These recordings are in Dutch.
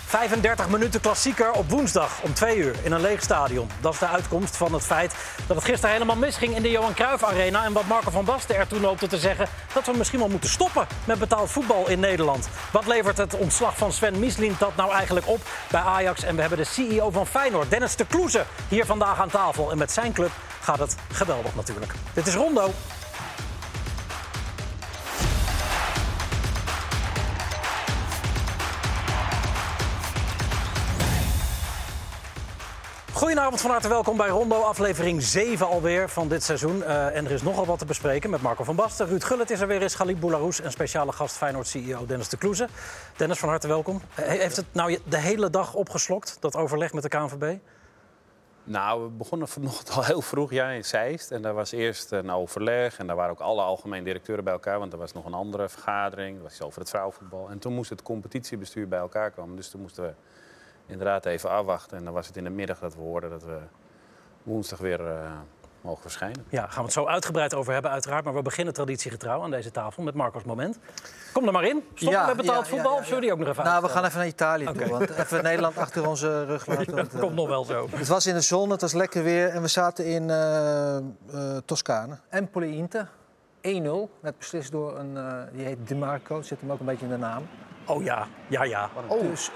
35 minuten klassieker op woensdag om 2 uur in een leeg stadion. Dat is de uitkomst van het feit dat het gisteren helemaal misging in de Johan Cruijff Arena. En wat Marco van Basten er toen hoopte te zeggen, dat we misschien wel moeten stoppen met betaald voetbal in Nederland. Wat levert het ontslag van Sven Misselink dat nou eigenlijk op bij Ajax? En we hebben de CEO van Feyenoord, Dennis de Kloeze, hier vandaag aan tafel. En met zijn club gaat het geweldig natuurlijk. Dit is Rondo. Goedenavond, van harte welkom bij Rondo, aflevering 7 alweer van dit seizoen. En er is nogal wat te bespreken met Marco van Basten. Ruud Gullit is er weer eens, Galip Boulahrouz en speciale gast Feyenoord-CEO Dennis de Kloeze. Dennis, van harte welkom. Heeft het nou de hele dag opgeslokt, dat overleg met de KNVB? Nou, we begonnen vanochtend al heel vroeg in Zeist. En daar was eerst een overleg. En daar waren ook alle algemeen directeuren bij elkaar. Want er was nog een andere vergadering. Dat was iets over het vrouwenvoetbal. En toen moest het competitiebestuur bij elkaar komen. Dus toen moesten we inderdaad even afwachten. En dan was het in de middag dat we hoorden dat we woensdag weer mogen verschijnen. Ja, gaan we het zo uitgebreid over hebben uiteraard. Maar we beginnen traditiegetrouw aan deze tafel met Marco's moment. Kom er maar in. Stoppen met betaald voetbal of zullen we die ook nog even Nou, we gaan even naar Italië toe. Want even Nederland achter onze rug laten. Dat komt nog wel zo. Het was in de zon, het was lekker weer. En we zaten in Toscane. Empoli-Inter. 1-0. Net beslist door een, die heet Di Marco. Zit hem ook een beetje in de naam. Oh ja. Dus...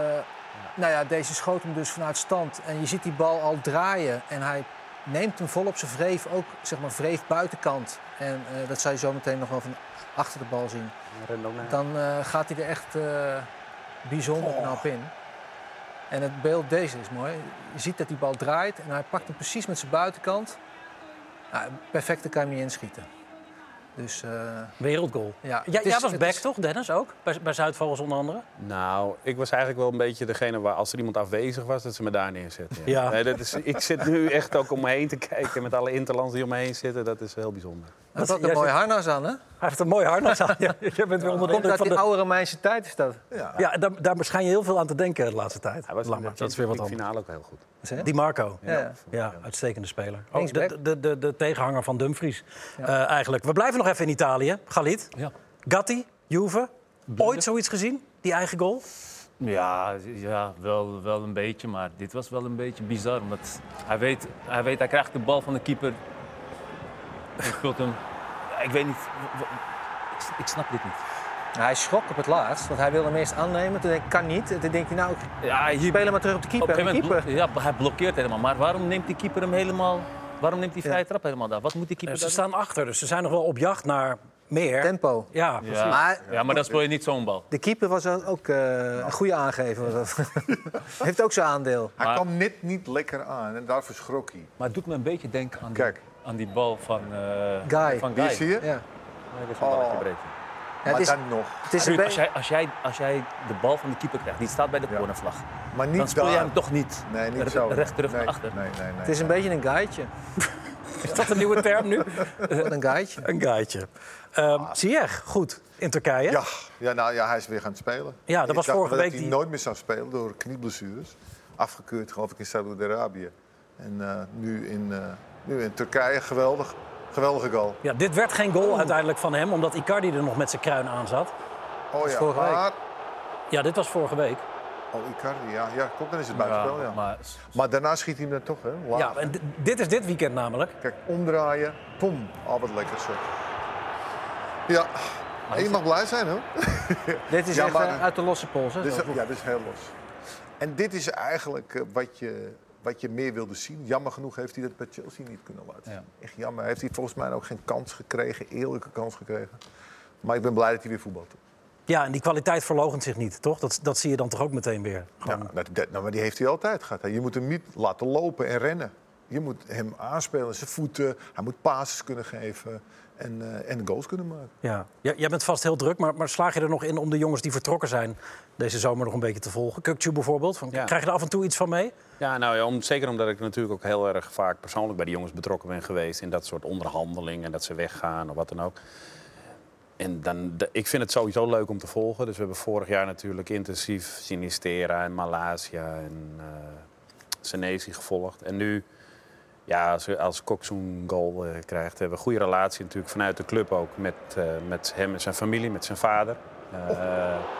Nou ja, deze schoot hem dus vanuit stand. En je ziet die bal al draaien. En hij neemt hem vol op zijn wreef. Ook zeg maar wreef buitenkant. En dat zou je zo meteen nog wel van achter de bal zien. Dan gaat hij er echt bijzonder knap in. En het beeld deze is mooi. Je ziet dat die bal draait. En hij pakt hem precies met zijn buitenkant. Nou, perfecte kan je hem niet inschieten. Dus, wereldgoal. Ja, jij was back toch, Dennis, ook? Bij Zuidvogels onder andere? Nou, ik was eigenlijk wel een beetje degene waar als er iemand afwezig was, dat ze me daar neerzetten. Ja. Nee, ik zit nu echt ook om me heen te kijken met alle interlands die om me heen zitten. Dat is heel bijzonder. Hij heeft ook een mooi harnas aan, hè? Hij heeft een mooi harnas aan. Je bent weer onder de indruk van de oude Romeinse tijd is dat. Ja, daar schijn je heel veel aan te denken de laatste tijd. Hij was dat is weer wat anders. Finale ook heel goed. Di Marco. Ja, uitstekende speler. Oh, de tegenhanger van Dumfries eigenlijk. We blijven nog even in Italië. Galit. Ja. Gatti, Juve. Ooit zoiets gezien? Die eigen goal? Ja, wel een beetje. Maar dit was wel een beetje bizar. Omdat hij krijgt de bal van de keeper. Hij speelt hem. Ik weet niet. Ik snap dit niet. Hij schrok op het laatst, want hij wilde hem eerst aannemen. Toen denk ik, kan niet. Toen denk je, nou, speel hem maar terug op de keeper. Hij blokkeert helemaal. Maar waarom neemt die keeper hem helemaal... Waarom neemt die vrije trap helemaal daar? Wat moet die keeper Ze staan achter, dus ze zijn nog wel op jacht naar meer. Tempo. Ja, precies. Maar dan speel je niet zo'n bal. De keeper was ook een goede aangever. Heeft ook zijn aandeel. Hij kwam net niet lekker aan en daarvoor schrok hij. Maar het doet me een beetje denken aan die bal van Guy. Die zie je? Ja. Nee, dat is een balletje breed. Ja, maar dan nog. Het is Ruud, als jij de bal van de keeper krijgt, die staat bij de cornervlag. Maar niet dan speel jij daar. hem toch niet, recht terug naar achter. Nee. Het is een beetje een guidje. Is dat een nieuwe term nu? Wat een guidje. Een guidje. Ziyech, goed, in Turkije. Ja, hij is weer gaan spelen. Ja, dat was vorige week. Dat hij nooit meer zou spelen door knieblessures. Afgekeurd, geloof ik, in Saoedi-Arabië. En nu in Turkije, geweldige goal. Ja, dit werd geen goal uiteindelijk van hem, omdat Icardi er nog met zijn kruin aan zat. Oh ja, vorige week. Ja, dit was vorige week. Oh, Icardi, ja, klopt, dan is het buitenspel, ja. Maar daarna schiet hij hem dan toch, hè? Laag. Ja, en dit is dit weekend namelijk. Kijk, omdraaien, pom, al wat lekker zo. Ja, en je mag blij zijn, hoor. Dit is echt uit de losse pols, hè? Dit is heel los. En dit is eigenlijk wat je meer wilde zien. Jammer genoeg heeft hij dat bij Chelsea niet kunnen laten zien. Ja. Echt jammer. Heeft hij volgens mij ook geen kans gekregen, eerlijke kans gekregen. Maar ik ben blij dat hij weer voetbalt. Ja, en die kwaliteit verloochent zich niet, toch? Dat zie je dan toch ook meteen weer? Ja, maar die heeft hij altijd gehad. Je moet hem niet laten lopen en rennen. Je moet hem aanspelen, zijn voeten. Hij moet passes kunnen geven en goals kunnen maken. Ja. Jij bent vast heel druk, maar slaag je er nog in om de jongens die vertrokken zijn deze zomer nog een beetje te volgen? Kukçu bijvoorbeeld. Krijg je er af en toe iets van mee? Ja, nou ja, zeker omdat ik natuurlijk ook heel erg vaak persoonlijk bij die jongens betrokken ben geweest in dat soort onderhandelingen en dat ze weggaan of wat dan ook. En ik vind het sowieso leuk om te volgen. Dus we hebben vorig jaar natuurlijk intensief Sinistera en Malaysia en Senesi gevolgd. En nu, ja, als Kok zo'n goal krijgt, hebben we een goede relatie natuurlijk vanuit de club ook met hem en zijn familie, met zijn vader.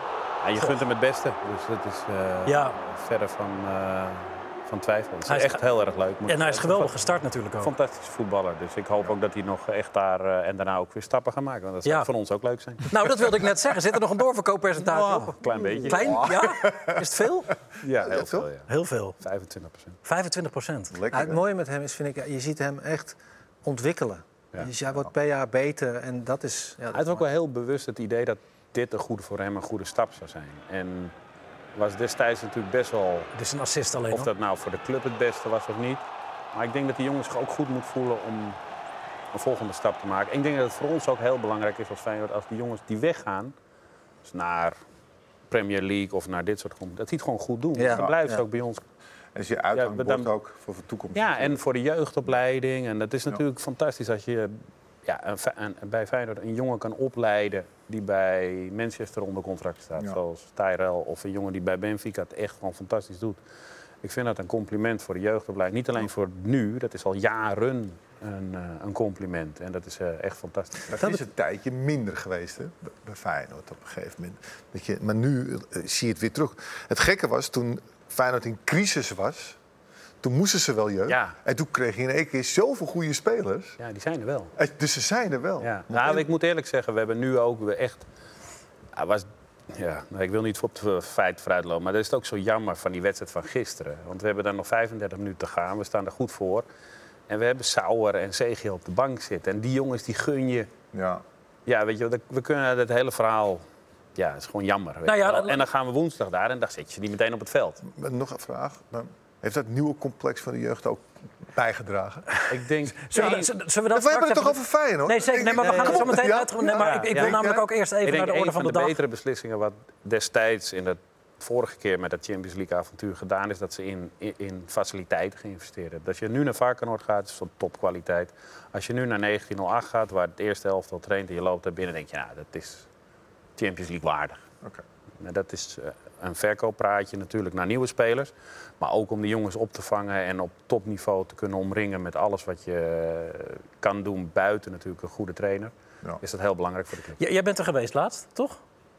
Ja, je gunt hem het beste. Dus het is verder van twijfel. Het is echt heel erg leuk. En hij is geweldig gestart natuurlijk ook. Fantastische voetballer. Dus ik hoop ook dat hij nog echt daar en daarna ook weer stappen gaat maken. Want dat zou voor ons ook leuk zijn. Nou, dat wilde ik net zeggen. Zit er nog een doorverkooppercentage op? Een klein beetje. Klein? Ja? Is het veel? Ja, heel veel. Ja. Heel veel. 25%. 25%. Het mooie met hem is, vind ik, je ziet hem echt ontwikkelen. Ja. Dus hij wordt per jaar beter en dat is... Ja, Hij had ook wel heel bewust het idee dat dit voor hem een goede stap zou zijn. En was destijds natuurlijk best wel... Het is een assist alleen. Of dat nou voor de club het beste was of niet. Maar ik denk dat die jongens zich ook goed moet voelen om een volgende stap te maken. Ik denk dat het voor ons ook heel belangrijk is als Feyenoord... als die jongens die weggaan, dus naar Premier League of naar dit soort groepen... dat die het gewoon goed doen. Ja. Dan blijven ze ook bij ons. En is je uithangbord ook voor de toekomst. Ja, en voor de jeugdopleiding. En dat is natuurlijk fantastisch als je bij Feyenoord een jongen kan opleiden... die bij Manchester onder contract staat, zoals Tyrell. Of een jongen die bij Benfica het echt gewoon fantastisch doet. Ik vind dat een compliment voor de jeugdopleiding. Niet alleen voor nu, dat is al jaren een compliment. En dat is echt fantastisch. Dat is een tijdje minder geweest, hè, bij Feyenoord op een gegeven moment. Maar nu zie je het weer terug. Het gekke was, toen Feyenoord in crisis was... Toen moesten ze wel jeugd. Ja. En toen kreeg je in één keer zoveel goede spelers. Ja, die zijn er wel. Dus ze zijn er wel. Ja. Nou, ik moet eerlijk zeggen, we hebben nu ook echt... ik wil niet op het feit vooruitlopen, maar dat is ook zo jammer van die wedstrijd van gisteren. Want we hebben daar nog 35 minuten te gaan, we staan er goed voor. En we hebben Sauer en Zegel op de bank zitten. En die jongens, die gun je... Ja, weet je, we kunnen het hele verhaal... Ja, het is gewoon jammer. En dan gaan we woensdag daar en dan zet je ze niet meteen op het veld. Nog een vraag. Heeft dat nieuwe complex van de jeugd ook bijgedragen? Ik denk... Zullen we dat we hebben het toch over Feyenoord? Nee, zeker. Nee, maar we gaan het zo meteen uit. Maar ik wil namelijk ook eerst even naar de orde van de dag. Een van de betere beslissingen wat destijds in de vorige keer met dat Champions League avontuur gedaan is... dat ze in faciliteiten geïnvesteerd hebben. Dat je nu naar Varkenoord gaat, is van topkwaliteit. Als je nu naar 1908 gaat, waar het eerste elftal traint... en je loopt daar binnen, denk je, nou, dat is Champions League waardig. Okay. Dat is een verkooppraatje natuurlijk naar nieuwe spelers. Maar ook om de jongens op te vangen en op topniveau te kunnen omringen... met alles wat je kan doen buiten natuurlijk een goede trainer. Ja. Is dat heel belangrijk voor de club. Jij bent er geweest laatst, toch?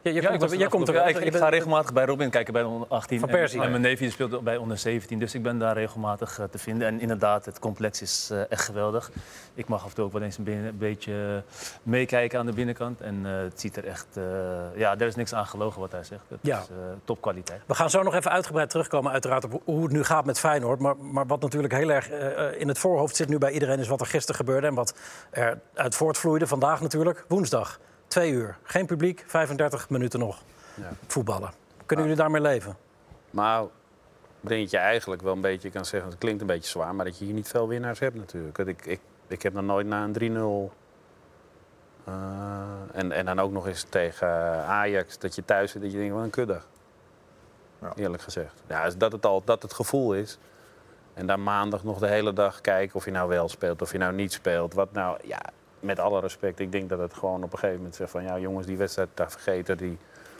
Ik ga regelmatig bij Robin kijken bij de onder 18. Van Persie. En mijn neefje speelt bij onder 17. Dus ik ben daar regelmatig te vinden. En inderdaad, het complex is echt geweldig. Ik mag af en toe ook wel eens een beetje meekijken aan de binnenkant. En het ziet er echt... er is niks aan gelogen wat hij zegt. Het is topkwaliteit. We gaan zo nog even uitgebreid terugkomen uiteraard op hoe het nu gaat met Feyenoord. Maar wat natuurlijk heel erg in het voorhoofd zit nu bij iedereen... is wat er gisteren gebeurde en wat er uit voortvloeide. Vandaag natuurlijk, woensdag. 2 uur. Geen publiek, 35 minuten nog. Ja. Voetballen. Kunnen jullie daarmee leven? Maar ik denk dat je eigenlijk wel een beetje kan zeggen... het klinkt een beetje zwaar, maar dat je hier niet veel winnaars hebt natuurlijk. Ik heb nog nooit na een 3-0... en dan ook nog eens tegen Ajax, dat je thuis zit... dat je denkt, wat een kuddag. Ja. Eerlijk gezegd. Ja, dat het gevoel is. En dan maandag nog de hele dag kijken of je nou wel speelt... of je nou niet speelt. Wat nou... Ja, met alle respect, ik denk dat het gewoon op een gegeven moment zegt van... ja, jongens, die wedstrijd daar vergeten,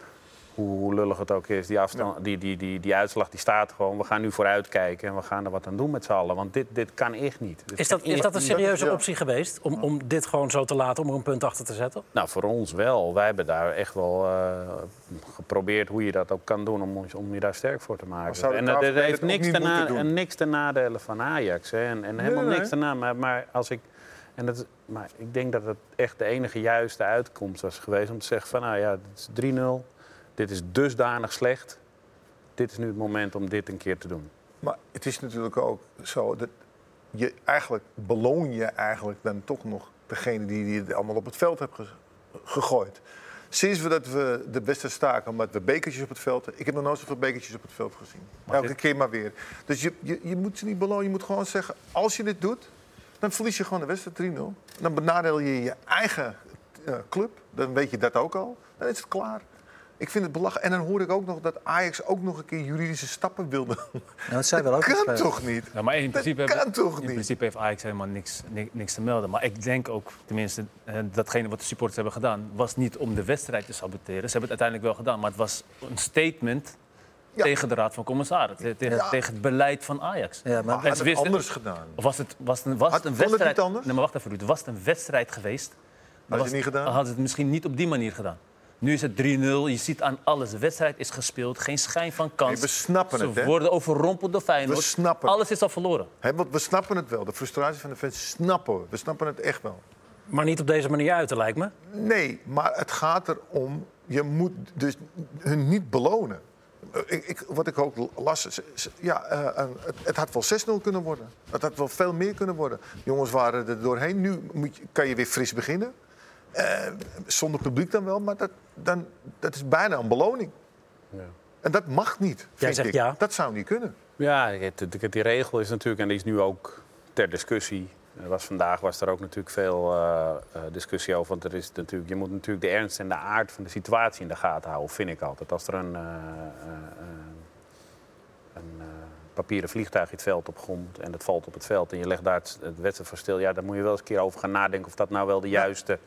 hoe lullig het ook is. Die afstand, die uitslag, die staat gewoon. We gaan nu vooruit kijken en we gaan er wat aan doen met z'n allen. Want dit kan echt niet. Is dat een serieuze optie geweest om dit gewoon zo te laten, om er een punt achter te zetten? Nou, voor ons wel. Wij hebben daar echt wel geprobeerd hoe je dat ook kan doen om je daar sterk voor te maken. En dat heeft niks ten nadele van Ajax. Hè. En helemaal niks ten nadele. Maar als ik... Maar ik denk dat het echt de enige juiste uitkomst was geweest... om te zeggen van, nou ja, dit is 3-0. Dit is dusdanig slecht. Dit is nu het moment om dit een keer te doen. Maar het is natuurlijk ook zo dat je beloon je dan toch nog degene die het allemaal op het veld heeft gegooid. Sinds dat we de beste staken, omdat we bekertjes op het veld... Ik heb nog nooit zoveel bekertjes op het veld gezien. Elke keer maar weer. Dus je moet ze niet belonen. Je moet gewoon zeggen, als je dit doet... dan verlies je gewoon de wedstrijd 3-0. Dan benadeel je je eigen club. Dan weet je dat ook al. Dan is het klaar. Ik vind het belachelijk. En dan hoor ik ook nog dat Ajax ook nog een keer juridische stappen wilde. Dat zijn wel ook kan toch niet? Ja, maar in principe principe heeft Ajax helemaal niks te melden. Maar ik denk ook, tenminste, datgene wat de supporters hebben gedaan... was niet om de wedstrijd te saboteren. Ze hebben het uiteindelijk wel gedaan. Maar het was een statement... Ja. Tegen de Raad van Commissarissen, tegen het beleid van Ajax. Ja, maar had het anders gedaan? Was het een wedstrijd? Nee, maar wacht even, Ruud. Was het een wedstrijd geweest? Had je het niet gedaan? Hadden ze het misschien niet op die manier gedaan. Nu is het 3-0. Je ziet aan alles. De wedstrijd is gespeeld. Geen schijn van kans. Nee, we snappen het, hè? Ze worden overrompeld door Feyenoord. We snappen Alles is al verloren. Want we snappen het wel. De frustratie van de fans snappen we. We snappen het echt wel. Maar niet op deze manier uiten, lijkt me. Nee, maar het gaat erom... Je moet dus hun niet belonen. Wat ik ook las... Het had wel 6-0 kunnen worden. Het had wel veel meer kunnen worden. Jongens waren er doorheen. Nu kan je weer fris beginnen. Zonder publiek dan wel, maar dat is bijna een beloning. Ja. En dat mag niet, vind ik. Ja. Dat zou niet kunnen. Ja, die regel is natuurlijk, en die is nu ook ter discussie. Vandaag was er ook natuurlijk veel discussie over. Want er is natuurlijk, je moet natuurlijk de ernst en de aard van de situatie in de gaten houden, vind ik altijd. Als er een papieren vliegtuig het veld opkomt en dat valt op het veld en je legt daar het wedstrijd voor stil, ja, dan moet je wel eens een keer over gaan nadenken of dat nou wel de juiste...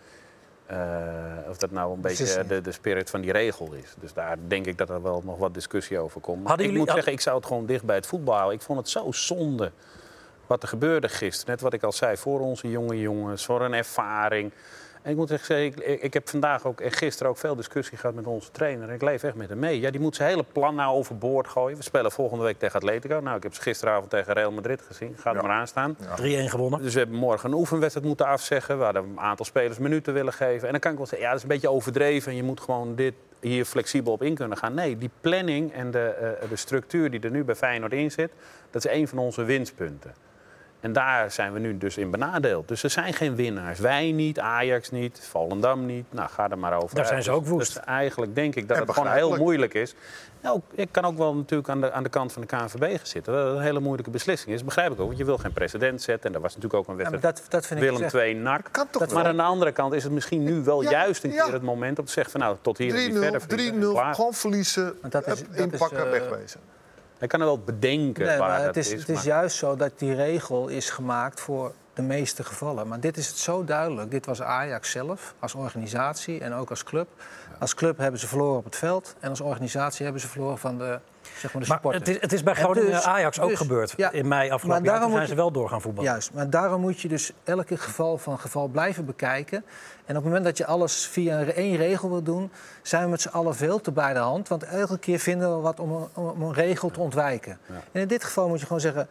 of dat nou een beetje de spirit van die regel is. Dus daar denk ik dat er wel nog wat discussie over komt. Maar ik moet zeggen, ik zou het gewoon dicht bij het voetbal houden. Ik vond het zo zonde wat er gebeurde gisteren. Net wat ik al zei, voor onze jonge jongens, voor een ervaring. En ik moet echt zeggen, ik heb vandaag ook en gisteren ook veel discussie gehad met onze trainer. En ik leef echt met hem mee. Ja, die moet zijn hele plan nou overboord gooien. We spelen volgende week tegen Atletico. Nou, ik heb ze gisteravond tegen Real Madrid gezien. Gaat er maar aan staan. Ja. 3-1 gewonnen. Dus we hebben morgen een oefenwedstrijd moeten afzeggen. We hadden een aantal spelers minuten willen geven. En dan kan ik wel zeggen, ja, dat is een beetje overdreven. En je moet gewoon hier flexibel op in kunnen gaan. Nee, die planning en de structuur die er nu bij Feyenoord in zit, dat is een van onze winstpunten. En daar zijn we nu dus in benadeeld. Dus er zijn geen winnaars. Wij niet, Ajax niet, Volendam niet. Nou, ga er maar over. Daar zijn ze ook woest. Dus eigenlijk denk ik dat het gewoon heel moeilijk is. Nou, ik kan ook wel natuurlijk aan de kant van de KNVB gaan zitten. Dat het een hele moeilijke beslissing is. Begrijp ik ook, want je wil geen precedent zetten. En er was natuurlijk ook een wedstrijd Willem II NAC. Maar aan de andere kant is het misschien nu wel juist een keer het moment om te zeggen van nou, tot hier en niet verder. 3-0, gewoon verliezen, inpakken, wegwezen. Ik kan er wel bedenken waar dat is. Het is juist zo dat die regel is gemaakt voor de meeste gevallen. Maar dit is het zo duidelijk. Dit was Ajax zelf, als organisatie en ook als club. Als club hebben ze verloren op het veld. En als organisatie hebben ze verloren van de supporters. Maar het is bij Groningen Ajax ook gebeurd. Ja, in mei afgelopen jaar. Toen zijn ze wel door gaan voetballen. Juist, maar daarom moet je dus elke geval blijven bekijken. En op het moment dat je alles via één regel wil doen, zijn we met z'n allen veel te bij de hand. Want elke keer vinden we wat om een regel te ontwijken. Ja. En in dit geval moet je gewoon zeggen,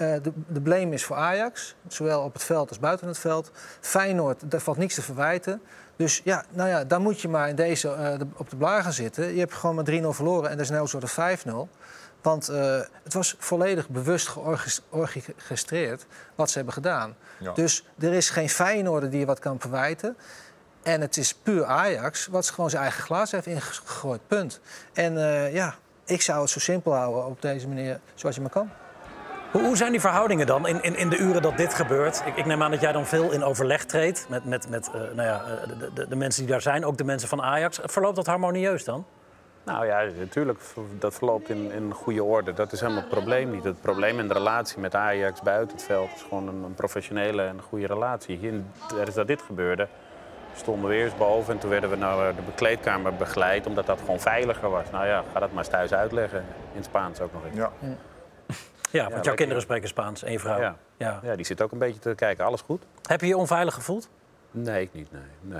de blame is voor Ajax. Zowel op het veld als buiten het veld. Feyenoord, daar valt niks te verwijten. Dus ja, nou ja, dan moet je maar in deze op de blaar gaan zitten. Je hebt gewoon maar 3-0 verloren en desnoods wordt het 5-0. Want het was volledig bewust georchestreerd wat ze hebben gedaan. Ja. Dus er is geen Feyenoorder die je wat kan verwijten. En het is puur Ajax wat gewoon zijn eigen glaas heeft ingegooid. Punt. En ik zou het zo simpel houden op deze manier zoals je maar kan. Hoe zijn die verhoudingen dan in de uren dat dit gebeurt? Ik neem aan dat jij dan veel in overleg treedt met de mensen die daar zijn. Ook de mensen van Ajax. Verloopt dat harmonieus dan? Nou ja, natuurlijk. Dat verloopt in goede orde. Dat is helemaal het probleem niet. Het probleem in de relatie met Ajax buiten het veld is gewoon een professionele en goede relatie. Tijdens dat dit gebeurde, stonden we eerst boven en toen werden we naar de kleedkamer begeleid, omdat dat gewoon veiliger was. Nou ja, ga dat maar eens thuis uitleggen. In het Spaans ook nog eens. Ja. Ja, want jouw kinderen spreken Spaans en je vrouw. Ja, die zit ook een beetje te kijken. Alles goed? Heb je je onveilig gevoeld? Nee, ik niet.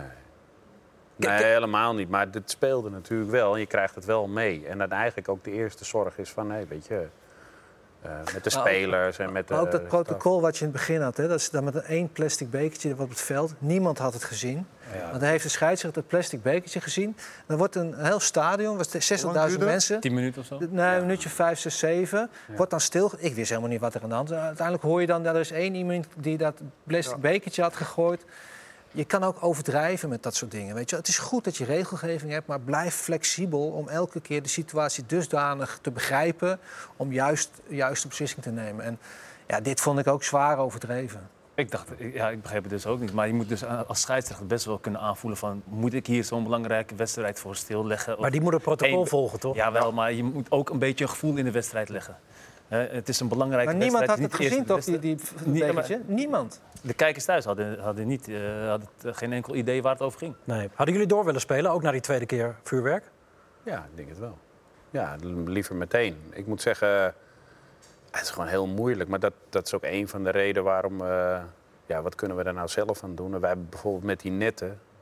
Nee, helemaal niet. Maar dit speelde natuurlijk wel en je krijgt het wel mee. En dan eigenlijk ook de eerste zorg is van, weet je, met de spelers en met de... Maar ook dat protocol wat je in het begin had, hè, dat is dan met één plastic bekertje op het veld. Niemand had het gezien. Ja. Want dan heeft de scheidsrechter het plastic bekertje gezien. Dan wordt een heel stadion, was 60.000 mensen. 10 minuten of zo? Nee, een minuutje 5, 6, 7. Ja. Wordt dan stil. Ik wist helemaal niet wat er aan de hand was. Uiteindelijk hoor je dan dat er is één iemand die dat plastic bekertje had gegooid. Je kan ook overdrijven met dat soort dingen. Weet je? Het is goed dat je regelgeving hebt, maar blijf flexibel om elke keer de situatie dusdanig te begrijpen om juist de beslissing te nemen. En ja, dit vond ik ook zwaar overdreven. Ik begreep het dus ook niet. Maar je moet dus als scheidsrechter best wel kunnen aanvoelen van, moet ik hier zo'n belangrijke wedstrijd voor stilleggen? Maar die moet het protocol volgen, toch? Jawel, maar je moet ook een beetje een gevoel in de wedstrijd leggen. Het is een belangrijke wedstrijd. Maar niemand had het gezien, toch, die bekertje? Niemand. De kijkers thuis hadden geen enkel idee waar het over ging. Nee. Hadden jullie door willen spelen, ook na die tweede keer vuurwerk? Ja, ik denk het wel. Ja, liever meteen. Ik moet zeggen, het is gewoon heel moeilijk. Maar dat is ook een van de redenen waarom... wat kunnen we daar nou zelf aan doen? Wij hebben bijvoorbeeld met die netten...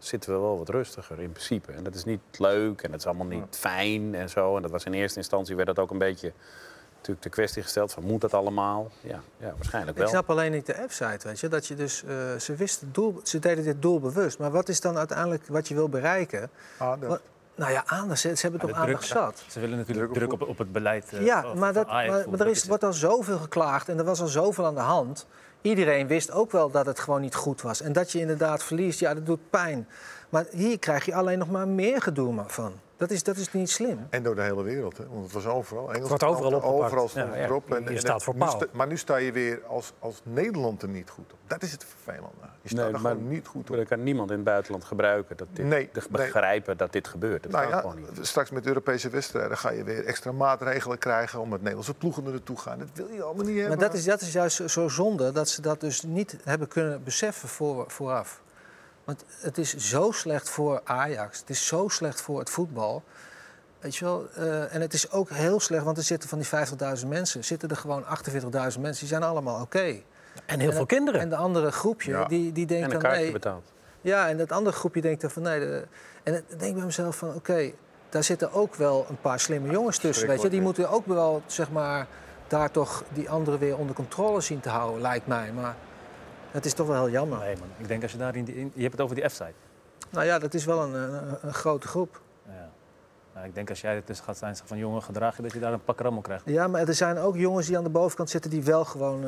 zitten we wel wat rustiger in principe. En dat is niet leuk en dat is allemaal niet fijn en zo. En dat was in eerste instantie werd dat ook een beetje natuurlijk de kwestie gesteld van moet dat allemaal? Ja, waarschijnlijk wel. Ik snap alleen niet de F-site, weet je. Dat je dus, ze wisten het doel, ze deden dit doelbewust. Maar wat is dan uiteindelijk wat je wil bereiken? Nou ja, aandacht. Ze hebben toch aandacht zat. Ze willen natuurlijk druk op het beleid. Maar er wordt al zoveel geklaagd en er was al zoveel aan de hand. Iedereen wist ook wel dat het gewoon niet goed was. En dat je inderdaad verliest, ja, dat doet pijn. Maar hier krijg je alleen nog maar meer gedoe van. Dat is niet slim. En door de hele wereld, hè? Want het was overal. Het wordt overal opgepakt. Overal stond het erop. Je staat voor paal. Maar nu sta je weer als Nederland er niet goed op. Dat is het vervelende. Je staat er gewoon niet goed op. Er kan niemand in het buitenland gebruiken dat dit, begrijpen dat dit gebeurt. Dat gaat gewoon niet. Straks met Europese wedstrijden ga je weer extra maatregelen krijgen omdat Nederlandse ploegen er naartoe gaan. Dat wil je allemaal niet hebben. Maar dat is juist zo zonde dat ze dat dus niet hebben kunnen beseffen vooraf. Want het is zo slecht voor Ajax. Het is zo slecht voor het voetbal. Weet je wel? En het is ook heel slecht, want er zitten van die 50.000 mensen... zitten er gewoon 48.000 mensen, die zijn allemaal oké. En heel veel kinderen. En de andere groepje, die denkt dan... En een kaartje betaald. Ja, en dat andere groepje denkt dan van nee... En dan denk ik bij mezelf van oké, daar zitten ook wel een paar slimme jongens tussen. Weet je? Die moeten ook wel, zeg maar, daar toch die anderen weer onder controle zien te houden, lijkt mij. Maar... Het is toch wel heel jammer. Nee, man. Ik denk als je daar je hebt het over die F-site. Nou ja, dat is wel een grote groep. Ja. Nou, ik denk als jij er tussen gaat zijn van jongen, gedraag je dat je daar een pak rammel krijgt. Ja, maar er zijn ook jongens die aan de bovenkant zitten die wel gewoon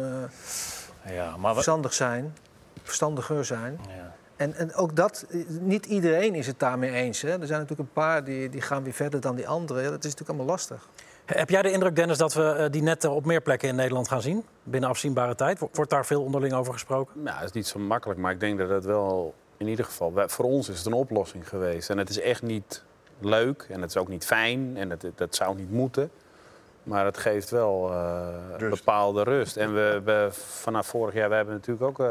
verstandig zijn. Verstandiger zijn. Ja. En ook dat, niet iedereen is het daarmee eens. Hè. Er zijn natuurlijk een paar die gaan weer verder dan die anderen. Ja, dat is natuurlijk allemaal lastig. Heb jij de indruk, Dennis, dat we die netten op meer plekken in Nederland gaan zien? Binnen afzienbare tijd? Wordt daar veel onderling over gesproken? Nou, dat is niet zo makkelijk, maar ik denk dat het wel in ieder geval... Voor ons is het een oplossing geweest. En het is echt niet leuk en het is ook niet fijn en dat zou niet moeten. Maar het geeft wel bepaalde rust. En we vanaf vorig jaar, we hebben natuurlijk ook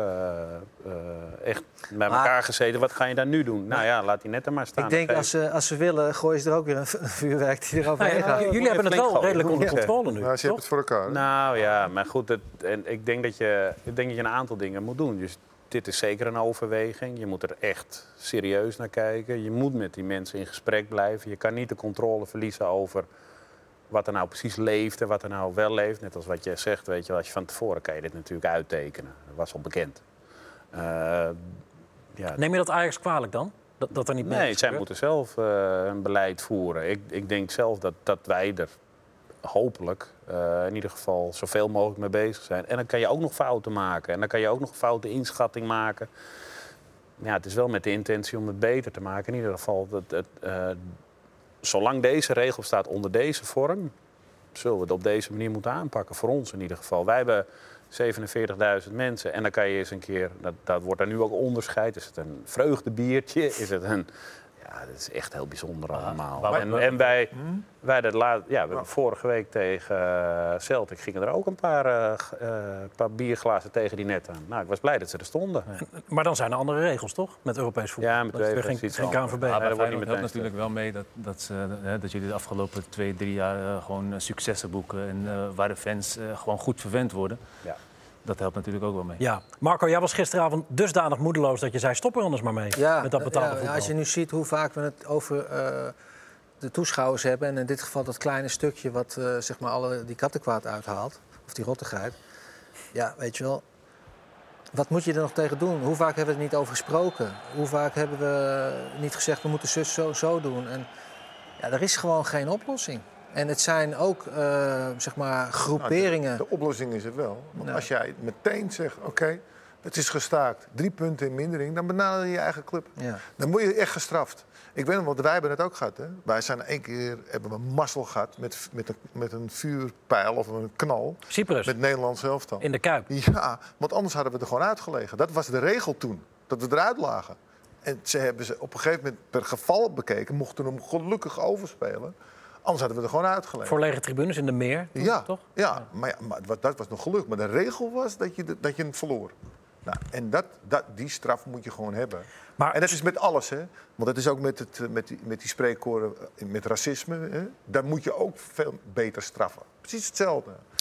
echt bij elkaar gezeten. Wat ga je daar nu doen? Nou ja, laat die netten maar staan. Ik denk, als ze willen, gooien ze er ook weer een vuurwerk die eroverheen gaat. Jullie hebben het wel redelijk onder controle nu, Nou, ze hebben het voor elkaar. Hè? Nou ja, maar goed, ik denk dat je een aantal dingen moet doen. Dus dit is zeker een overweging. Je moet er echt serieus naar kijken. Je moet met die mensen in gesprek blijven. Je kan niet de controle verliezen over... wat er nou precies leeft en wat er nou wel leeft. Net als wat je zegt, weet je, als je van tevoren kan je dit natuurlijk uittekenen. Dat was al bekend. Neem je dat Ajax kwalijk dan? Dat er niet meer Nee, zij moeten zelf een beleid voeren. Ik denk zelf dat wij er hopelijk in ieder geval zoveel mogelijk mee bezig zijn. En dan kan je ook nog fouten maken. En dan kan je ook nog een foute inschatting maken. Ja, het is wel met de intentie om het beter te maken. In ieder geval... Zolang deze regel staat onder deze vorm, zullen we het op deze manier moeten aanpakken. Voor ons in ieder geval. Wij hebben 47.000 mensen en dan kan je eens een keer, dat wordt er nu ook onderscheid. Is het een vreugdebiertje? Is het een... Ja, dat is echt heel bijzonder allemaal. En wij hebben vorige week tegen Celtic gingen er ook een paar bierglazen tegen die net aan. Nou, ik was blij dat ze er stonden. Maar dan zijn er andere regels, toch? Met Europees voetbal. Ja, met geen KNVB. Maar Feyenoord helpt natuurlijk wel mee dat jullie de afgelopen 2-3 jaar gewoon successen boeken. En waar de fans gewoon goed verwend worden. Ja. Dat helpt natuurlijk ook wel mee. Ja. Marco, jij was gisteravond dusdanig moedeloos dat je zei... stop er anders maar mee met dat betaalde voetbal. Als je nu ziet hoe vaak we het over de toeschouwers hebben... en in dit geval dat kleine stukje wat zeg maar die kattenkwaad uithaalt... of die rottigheid. Ja, weet je wel... Wat moet je er nog tegen doen? Hoe vaak hebben we het niet over gesproken? Hoe vaak hebben we niet gezegd... we moeten zus zo doen? En ja, er is gewoon geen oplossing. En het zijn ook, zeg maar, groeperingen. Nou, de oplossing is er wel. Want als jij meteen zegt, oké, het is gestaakt. 3 punten in mindering, dan benader je je eigen club. Ja. Dan word je echt gestraft. Ik weet nog, want wij hebben het ook gehad. Hè? Wij zijn 1 keer, hebben we mazzel gehad met een vuurpijl of een knal. Cyprus. Met Nederlands elftal. In de Kuip. Ja, want anders hadden we er gewoon uitgelegen. Dat was de regel toen, dat we eruit lagen. En ze hebben ze op een gegeven moment per geval bekeken, mochten hem gelukkig overspelen. Anders hadden we er gewoon uitgelegd. Voor lege tribunes in de meer, toch? Ja, maar dat was nog geluk. Maar de regel was dat je hem verloor. Nou, en die straf moet je gewoon hebben. Maar, en dat is met alles, hè. Want dat is ook met die spreekkoren met racisme. Hè. Daar moet je ook veel beter straffen. Precies hetzelfde.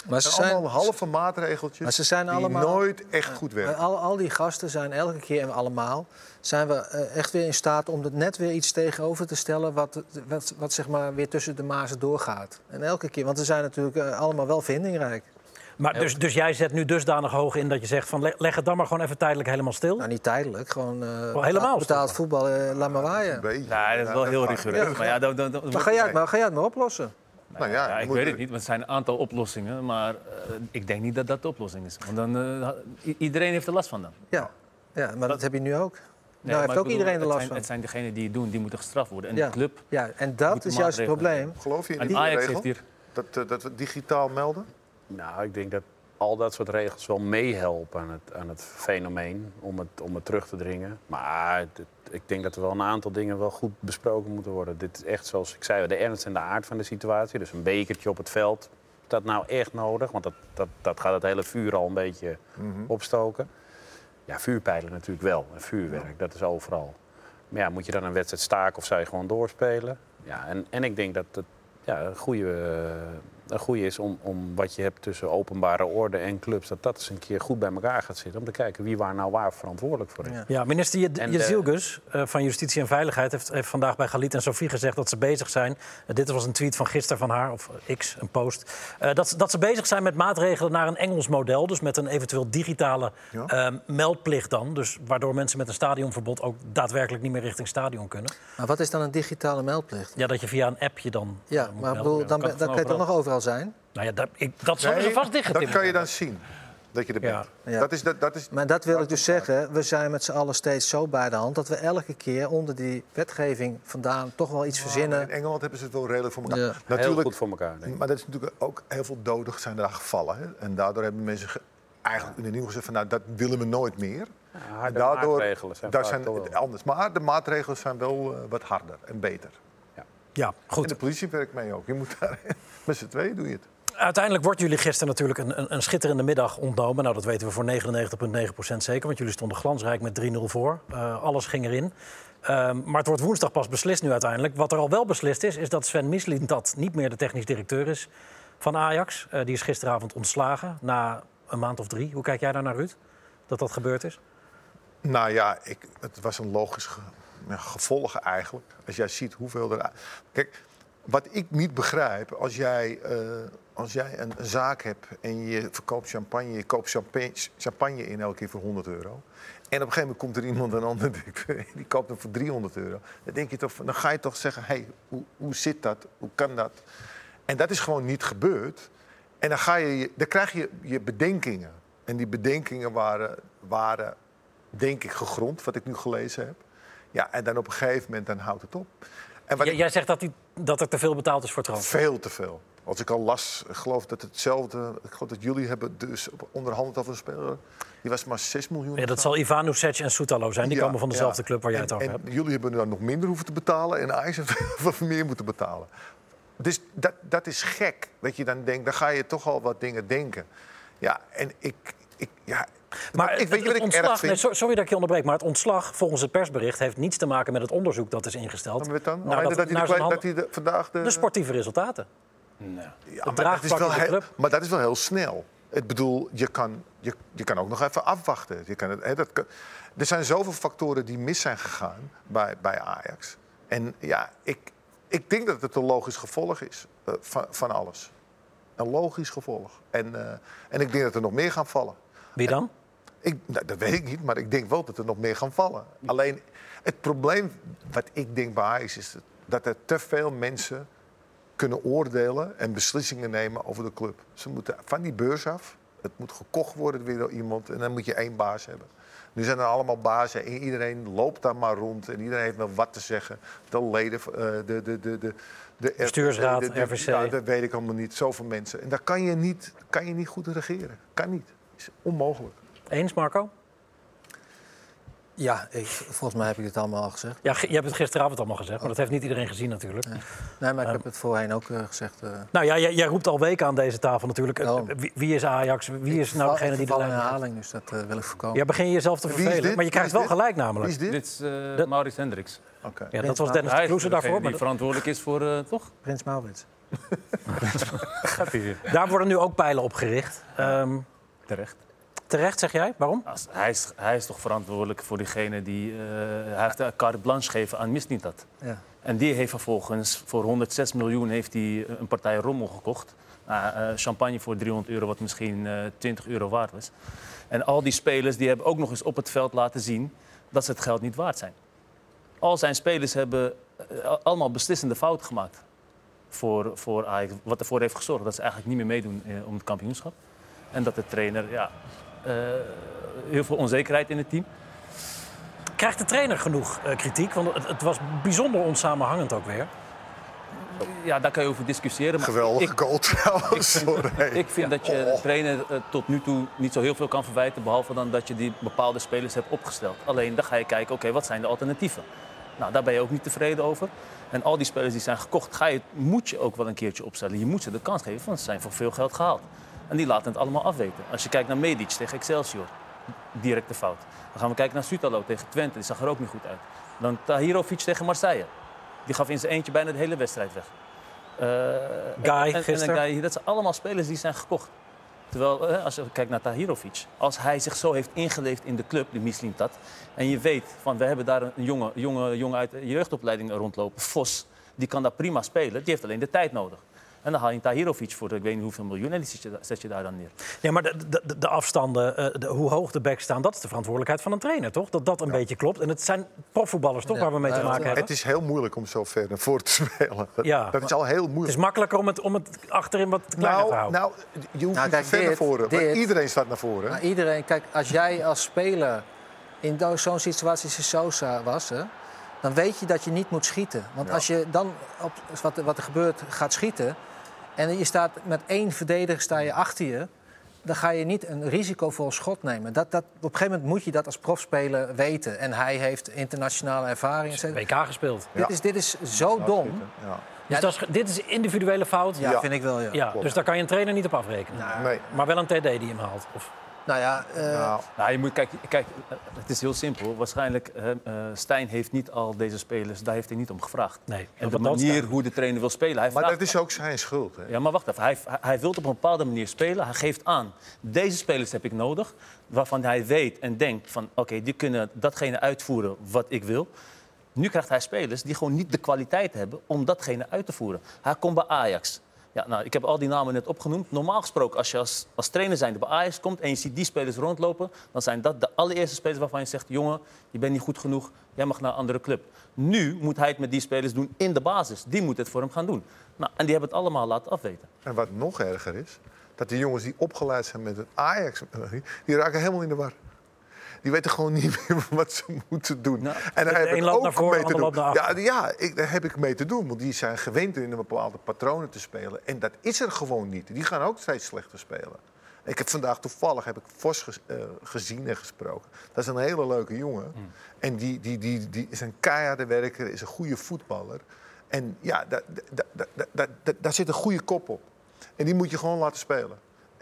Maar Het zijn allemaal halve maatregeltjes maar ze zijn die allemaal, nooit echt goed werken. al die gasten zijn elke keer en allemaal... zijn we echt weer in staat om er net weer iets tegenover te stellen... wat zeg maar weer tussen de mazen doorgaat. En elke keer, want we zijn natuurlijk allemaal wel vindingrijk. Maar dus jij zet nu dusdanig hoog in dat je zegt... van leg het dan maar gewoon even tijdelijk helemaal stil? Nou, niet tijdelijk, gewoon helemaal betaald voetbal, laat maar waaien. Nee, dat is wel heel rigoureus. Maar Maar ga jij het maar oplossen? Nou ja, ik weet het niet, want het zijn een aantal oplossingen. Maar ik denk niet dat dat de oplossing is. Want dan, iedereen heeft er last van dan. Ja, maar dat heb je nu ook. Nee, Daar heeft ook iedereen er last van. Het zijn degenen die het doen, die moeten gestraft worden. En de club... Ja, en dat is juist het probleem. Geloof je in En die Ajax regel? heeft hier... Dat we digitaal melden? Nou, ik denk dat al dat soort regels wel meehelpen aan het fenomeen om het terug te dringen. Maar ik denk dat er wel een aantal dingen wel goed besproken moeten worden. Dit is echt, zoals ik zei, de ernst en de aard van de situatie. Dus een bekertje op het veld, is dat nou echt nodig? Want dat gaat het hele vuur al een beetje opstoken. Ja, vuurpijlen natuurlijk wel. En vuurwerk, dat is overal. Maar ja, moet je dan een wedstrijd staken of zou je gewoon doorspelen? Ja, en ik denk dat het een goede is om wat je hebt tussen openbare orde en clubs... dat eens een keer goed bij elkaar gaat zitten... om te kijken wie waar verantwoordelijk voor is. Ja, minister Jezilgus van Justitie en Veiligheid... heeft vandaag bij Galit en Sofie gezegd dat ze bezig zijn... dit was een tweet van gisteren van haar, of X, een post... dat ze bezig zijn met maatregelen naar een Engels model... dus met een eventueel digitale meldplicht dan... dus waardoor mensen met een stadionverbod... ook daadwerkelijk niet meer richting stadion kunnen. Maar wat is dan een digitale meldplicht? Ja, dat je via een appje dan... Ja, maar bedoel, dan kan je toch nog overal zijn? Nou ja, dat zullen ze vast dichtgetimmerd. Dat kan je dan zien, dat je er bent. Ja. Dat is, maar dat wil ik dus zeggen. We zijn met z'n allen steeds zo bij de hand... dat we elke keer onder die wetgeving vandaan toch wel iets verzinnen. In Engeland hebben ze het wel redelijk voor elkaar. Ja. Natuurlijk, heel goed voor elkaar, denk ik. Maar dat is natuurlijk ook heel veel doden zijn daar gevallen. Hè? En daardoor hebben mensen eigenlijk in de nieuws gezegd van... nou, dat willen we nooit meer. Ja, de maatregelen zijn vaak toch wel anders. Maar de maatregelen zijn wel wat harder en beter. Ja, goed. En de politie werkt mee ook. Je moet daar, met z'n tweeën doe je het. Uiteindelijk wordt jullie gisteren natuurlijk een schitterende middag ontnomen. Nou, dat weten we voor 99,9% zeker, want jullie stonden glansrijk met 3-0 voor. Alles ging erin. Maar het wordt woensdag pas beslist nu uiteindelijk. Wat er al wel beslist is dat Sven Mislintat niet meer de technisch directeur is van Ajax. Die is gisteravond ontslagen na een maand of 3. Hoe kijk jij daar naar, Ruud, dat gebeurd is? Nou ja, het was een logisch gevolg eigenlijk. Als jij ziet hoeveel er... Kijk, wat ik niet begrijp, als jij een zaak hebt en je verkoopt champagne... je koopt champagne in elke keer voor €100... en op een gegeven moment komt er iemand, een ander directeur... die koopt hem voor €300. Dan ga je toch zeggen, hey, hoe zit dat? Hoe kan dat? En dat is gewoon niet gebeurd. En dan krijg je bedenkingen. En die bedenkingen waren denk ik gegrond, wat ik nu gelezen heb. Ja, en dan op een gegeven moment dan houdt het op. En jij zegt dat er te veel betaald is voor transfer? Veel te veel. Als ik al las, ik geloof dat hetzelfde... Ik geloof dat jullie hebben dus onderhandeld over een speler. Die was maar 6 miljoen. Ja, dat zal Ivanovic en Soetalo zijn. Die komen van dezelfde club waar jij het over hebt. En jullie hebben dan nog minder hoeven te betalen. En Ajax heeft wat meer moeten betalen. Dus dat is gek. Dat je dan denkt, dan ga je toch al wat dingen denken. Ja, en maar ik weet wat ik ontslag, erg vind. sorry dat ik je onderbreek, maar het ontslag volgens het persbericht heeft niets te maken met het onderzoek dat is ingesteld. De sportieve resultaten. Nee. Ja, maar dat is wel heel snel. Ik bedoel, je kan ook nog even afwachten. Er zijn zoveel factoren die mis zijn gegaan bij Ajax. En ja, ik denk dat het een logisch gevolg is van alles. Een logisch gevolg. En ik denk dat er nog meer gaan vallen. Wie dan? Dat weet ik niet, maar ik denk wel dat er nog meer gaan vallen. Alleen, het probleem wat ik denk bij Ajax is dat er te veel mensen kunnen oordelen en beslissingen nemen over de club. Ze moeten van die beurs af. Het moet gekocht worden weer door iemand en dan moet je 1 baas hebben. Nu zijn er allemaal bazen en iedereen loopt daar maar rond en iedereen heeft wel wat te zeggen. De leden, de bestuursraad, RVC. Ja, dat weet ik allemaal niet. Zoveel mensen. En daar kan je niet goed regeren. Kan niet. Is onmogelijk. Eens, Marco? Ja, volgens mij heb ik het allemaal al gezegd. Ja, je hebt het gisteravond allemaal gezegd, maar dat heeft niet iedereen gezien natuurlijk. Nee, maar ik heb het voorheen ook gezegd. Nou ja, jij roept al weken aan deze tafel natuurlijk. Wie is Ajax? Wie is nou degene die de lijn herhaling, dus dat wil ik voorkomen. Ja, begin je jezelf te vervelen. Maar je krijgt wel gelijk namelijk. Wie is dit is Maurits Hendricks. Okay. Ja, dat was Dennis de Kloeze daarvoor. Die verantwoordelijk is voor, toch? Prins Maurits. Gaat hij weer. Daar worden nu ook pijlen op gericht. Terecht. Terecht, zeg jij? Waarom? Hij is toch verantwoordelijk voor diegene die... hij heeft de carte blanche gegeven aan Mislintat. Ja. En die heeft vervolgens voor 106 miljoen heeft hij een partij rommel gekocht. Champagne voor €300, wat misschien €20 waard was. En al die spelers die hebben ook nog eens op het veld laten zien dat ze het geld niet waard zijn. Al zijn spelers hebben allemaal beslissende fouten gemaakt voor Ajax. Wat ervoor heeft gezorgd dat ze eigenlijk niet meer meedoen om het kampioenschap. En dat de trainer, heel veel onzekerheid in het team. Krijgt de trainer genoeg kritiek? Want het was bijzonder onsamenhangend ook weer. Ja, daar kan je over discussiëren. Maar Geweldige goal trouwens. ik vind dat je de trainer tot nu toe niet zo heel veel kan verwijten... behalve dan dat je die bepaalde spelers hebt opgesteld. Alleen dan ga je kijken, oké, wat zijn de alternatieven? Nou, daar ben je ook niet tevreden over. En al die spelers die zijn gekocht, moet je ook wel een keertje opstellen. Je moet ze de kans geven, want ze zijn voor veel geld gehaald. En die laten het allemaal afweten. Als je kijkt naar Medic tegen Excelsior, directe fout. Dan gaan we kijken naar Sutalo tegen Twente, die zag er ook niet goed uit. Dan Tahirovic tegen Marseille. Die gaf in zijn eentje bijna de hele wedstrijd weg. Guy, gisteren. Dat zijn allemaal spelers die zijn gekocht. Terwijl, als je kijkt naar Tahirovic, als hij zich zo heeft ingeleefd in de club, de Mislintat, en je weet, van, we hebben daar een jongen uit de jeugdopleiding rondlopen, Vos, die kan daar prima spelen, die heeft alleen de tijd nodig. En dan haal je een Tahirovic voor ik weet niet hoeveel miljoen en die zet je daar dan neer. Ja, maar de afstanden, hoe hoog de backs staan, dat is de verantwoordelijkheid van een trainer, toch? Dat een beetje klopt. En het zijn profvoetballers, toch, waar we mee te maken hebben? Het is heel moeilijk om zo ver naar voren te spelen. Dat is al heel moeilijk. Het is makkelijker om het achterin wat kleiner te houden. Nou, je hoeft niet ver naar voren. Maar iedereen staat naar voren. Nou, iedereen, kijk, als jij als speler in zo'n situatie als Sosa was... Hè, dan weet je dat je niet moet schieten. Want als je dan, wat er gebeurt, gaat schieten... en je staat met 1 verdediger sta je achter je... dan ga je niet een risicovol schot nemen. Op een gegeven moment moet je dat als profspeler weten. En hij heeft internationale ervaring. WK gespeeld. Dit is zo dom. Ja. Dus dit is individuele fout? Ja, vind ik wel, ja. Dus daar kan je een trainer niet op afrekenen? Nee. Maar wel een TD die hem haalt? Of... Nou ja... Nou, je moet kijk, het is heel simpel. Waarschijnlijk, Stijn heeft niet al deze spelers, daar heeft hij niet om gevraagd. Nee. En de manier hoe de trainer wil spelen. Maar dat is ook zijn schuld. Hè? Ja, maar wacht even. Hij wil op een bepaalde manier spelen. Hij geeft aan, deze spelers heb ik nodig. Waarvan hij weet en denkt van, oké, die kunnen datgene uitvoeren wat ik wil. Nu krijgt hij spelers die gewoon niet de kwaliteit hebben om datgene uit te voeren. Hij komt bij Ajax. Ja, nou, ik heb al die namen net opgenoemd. Normaal gesproken, als je als trainer zijnde bij Ajax komt... en je ziet die spelers rondlopen... dan zijn dat de allereerste spelers waarvan je zegt... jongen, je bent niet goed genoeg, jij mag naar een andere club. Nu moet hij het met die spelers doen in de basis. Die moet het voor hem gaan doen. Nou, en die hebben het allemaal laten afweten. En wat nog erger is... dat de jongens die opgeleid zijn met het Ajax... die raken helemaal in de war. Die weten gewoon niet meer wat ze moeten doen. Nou, en daar heb ik loopt naar ook voren, mee te doen. loopt naar achter. Daar heb ik mee te doen. Want die zijn gewend in een bepaalde patronen te spelen. En dat is er gewoon niet. Die gaan ook steeds slechter spelen. Ik heb vandaag toevallig Vos gezien en gesproken. Dat is een hele leuke jongen. En die is een keiharde werker, is een goede voetballer. En ja, daar zit een goede kop op. En die moet je gewoon laten spelen.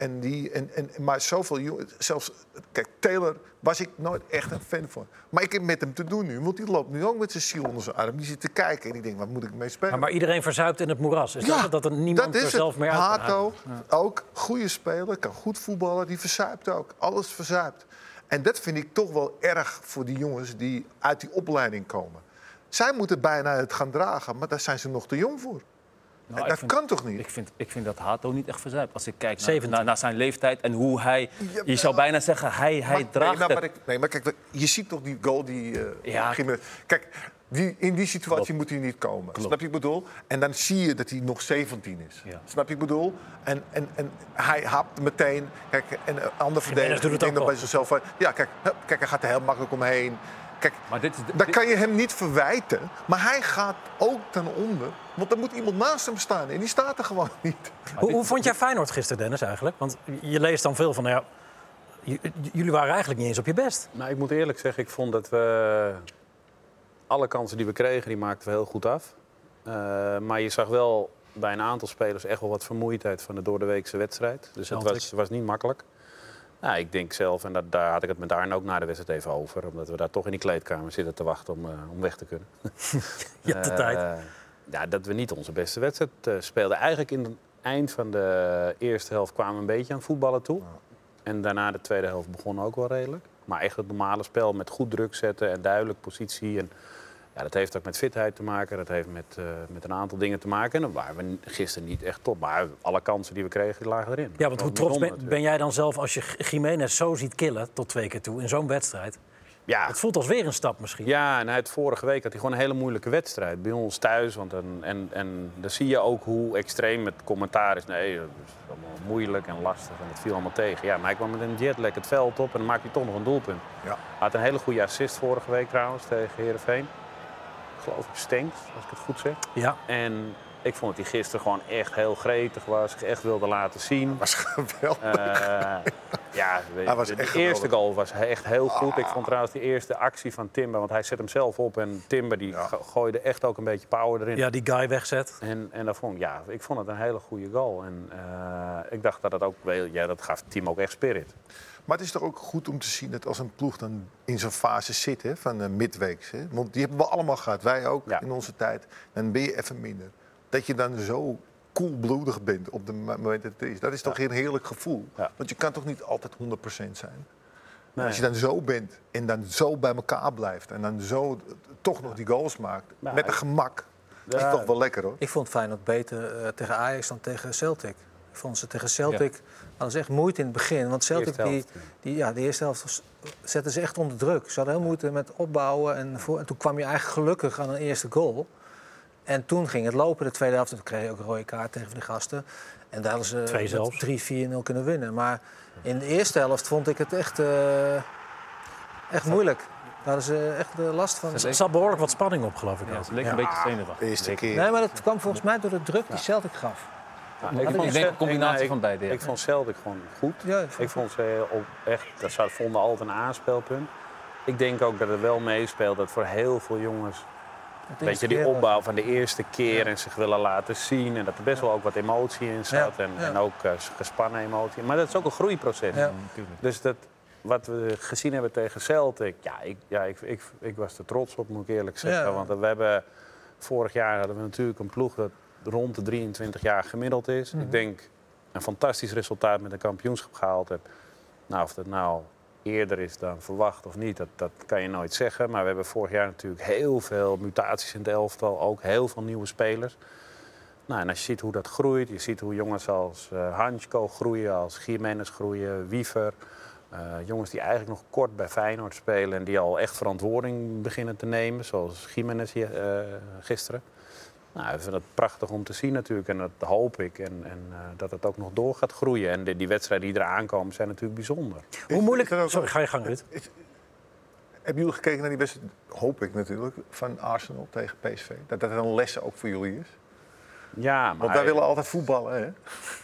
Maar zoveel jongens, zelfs, kijk, Taylor was ik nooit echt een fan van. Maar ik heb met hem te doen nu, want die loopt nu ook met zijn ziel onder zijn arm. Die zit te kijken en ik denk, wat moet ik mee spelen? Maar iedereen verzuipt in het moeras. Is dat er niemand er zelf meer uit kan Hato, ook goede speler, kan goed voetballen, die verzuipt ook. Alles verzuipt. En dat vind ik toch wel erg voor die jongens die uit die opleiding komen. Zij moeten bijna het gaan dragen, maar daar zijn ze nog te jong voor. Nou, dat kan toch niet? Ik vind dat Hato niet echt verzuipt. Als ik kijk naar zijn leeftijd en hoe hij... Je zou bijna zeggen, hij draagt het. Maar kijk, je ziet toch die goal die... Kijk, in die situatie moet hij niet komen. Snap je wat ik bedoel? En dan zie je dat hij nog 17 is. Ja. Snap je wat ik bedoel? En hij hapt meteen... Kijk, en een ander verdediger denkt dan bij zichzelf van... Ja, kijk, hij gaat er heel makkelijk omheen... Kijk, dan kan je hem niet verwijten. Maar hij gaat ook ten onder. Want er moet iemand naast hem staan. En die staat er gewoon niet. Hoe vond jij Feyenoord gisteren, Dennis, eigenlijk? Want je leest dan veel van... jullie waren eigenlijk niet eens op je best. Nou, ik moet eerlijk zeggen, ik vond dat we... alle kansen die we kregen, die maakten we heel goed af. Maar je zag wel bij een aantal spelers echt wel wat vermoeidheid van de doordeweekse wedstrijd. Dus het was niet makkelijk. Nou, ik denk zelf, en daar had ik het met Arne ook na de wedstrijd even over... omdat we daar toch in die kleedkamer zitten te wachten om weg te kunnen. Je hebt de tijd. dat we niet onze beste wedstrijd speelden. Eigenlijk in het eind van de eerste helft kwamen we een beetje aan het voetballen toe. En daarna de tweede helft begon ook wel redelijk. Maar echt het normale spel met goed druk zetten en duidelijk positie. En dat heeft ook met fitheid te maken. Dat heeft met een aantal dingen te maken. En dan waren we gisteren niet echt top. Maar alle kansen die we kregen, die lagen erin. Ja, want hoe trots ben jij dan zelf als je Jiménez zo ziet killen tot 2 keer toe in zo'n wedstrijd? Ja. Het voelt als weer een stap misschien. Ja, en vorige week had hij gewoon een hele moeilijke wedstrijd. Bij ons thuis. En dan zie je ook hoe extreem het commentaar is. Nee, dat is allemaal moeilijk en lastig en het viel allemaal tegen. Ja, maar hij kwam met een jetlag het veld op en dan maakt hij toch nog een doelpunt. Ja. Hij had een hele goede assist vorige week trouwens tegen Heerenveen. Ik geloof ik Stenks, als ik het goed zeg. Ja. En ik vond dat hij gisteren gewoon echt heel gretig was. Zich echt wilde laten zien. Was geweldig. De eerste goal was echt heel goed. Ik vond trouwens die eerste actie van Timber, want hij zet hem zelf op. En Timber die gooide echt ook een beetje power erin. Ja, die guy wegzet. En dat ik vond het een hele goede goal. En ik dacht dat het ook, dat gaf het team ook echt spirit. Maar het is toch ook goed om te zien dat als een ploeg dan in zo'n fase zit van midweeks. Hè? Want die hebben we allemaal gehad, wij ook in onze tijd. Dan ben je even minder. Dat je dan zo koelbloedig bent op het moment dat het is. Dat is toch een heerlijk gevoel. Ja. Want je kan toch niet altijd 100% zijn. Nee. Als je dan zo bent en dan zo bij elkaar blijft... en dan zo toch nog die goals maakt, met een gemak... dat is toch wel lekker, hoor. Ik vond Feyenoord beter tegen Ajax dan tegen Celtic. Ik vond ze tegen Celtic... hadden ze echt moeite in het begin. Want Celtic, de eerste helft zetten ze echt onder druk. Ze hadden heel moeite met opbouwen. En toen kwam je eigenlijk gelukkig aan een eerste goal... En toen ging het lopen, de tweede helft. En toen kreeg je ook een rode kaart tegen de gasten. En daar hadden ze 3-4-0 kunnen winnen. Maar in de eerste helft vond ik het echt moeilijk. Daar hadden ze echt last van. Er zat behoorlijk wat spanning op, geloof ik. Ja, ze leek een beetje zenuwachtig. Eerste keer. Nee, maar dat kwam volgens mij door de druk die Celtic gaf. Ik denk een combinatie van beide. Ik vond Celtic gewoon goed. Ja, ik vond ze echt, dat vonden altijd een aanspeelpunt. Ik denk ook dat het wel meespeelt dat voor heel veel jongens... Weet je, die opbouw van de eerste keer en zich willen laten zien. En dat er best wel ook wat emotie in zat. En ook gespannen emotie. Maar dat is ook een groeiproces. Ja. Dus wat we gezien hebben tegen Celtic... Ik was er trots op, moet ik eerlijk zeggen. Ja. Want vorig jaar hadden we natuurlijk een ploeg dat rond de 23 jaar gemiddeld is. Ik denk een fantastisch resultaat met een kampioenschap gehaald heb. Nou, of dat nou... eerder is dan verwacht of niet, dat kan je nooit zeggen. Maar we hebben vorig jaar natuurlijk heel veel mutaties in het elftal. Ook heel veel nieuwe spelers. Nou, en als je ziet hoe dat groeit, je ziet hoe jongens als Hansko groeien, als Jiménez groeien, Wiever. Jongens die eigenlijk nog kort bij Feyenoord spelen en die al echt verantwoording beginnen te nemen. Zoals Jiménez gisteren. Nou, ik vind het prachtig om te zien natuurlijk en dat hoop ik. En dat het ook nog door gaat groeien. En die wedstrijden die eraan komen zijn natuurlijk bijzonder. Hoe moeilijk... Sorry, ga je gang, Ruud. Hebben jullie gekeken naar die wedstrijd, hoop ik natuurlijk, van Arsenal tegen PSV? Dat dat een les ook voor jullie is? Ja, maar... Want wij willen altijd voetballen, hè?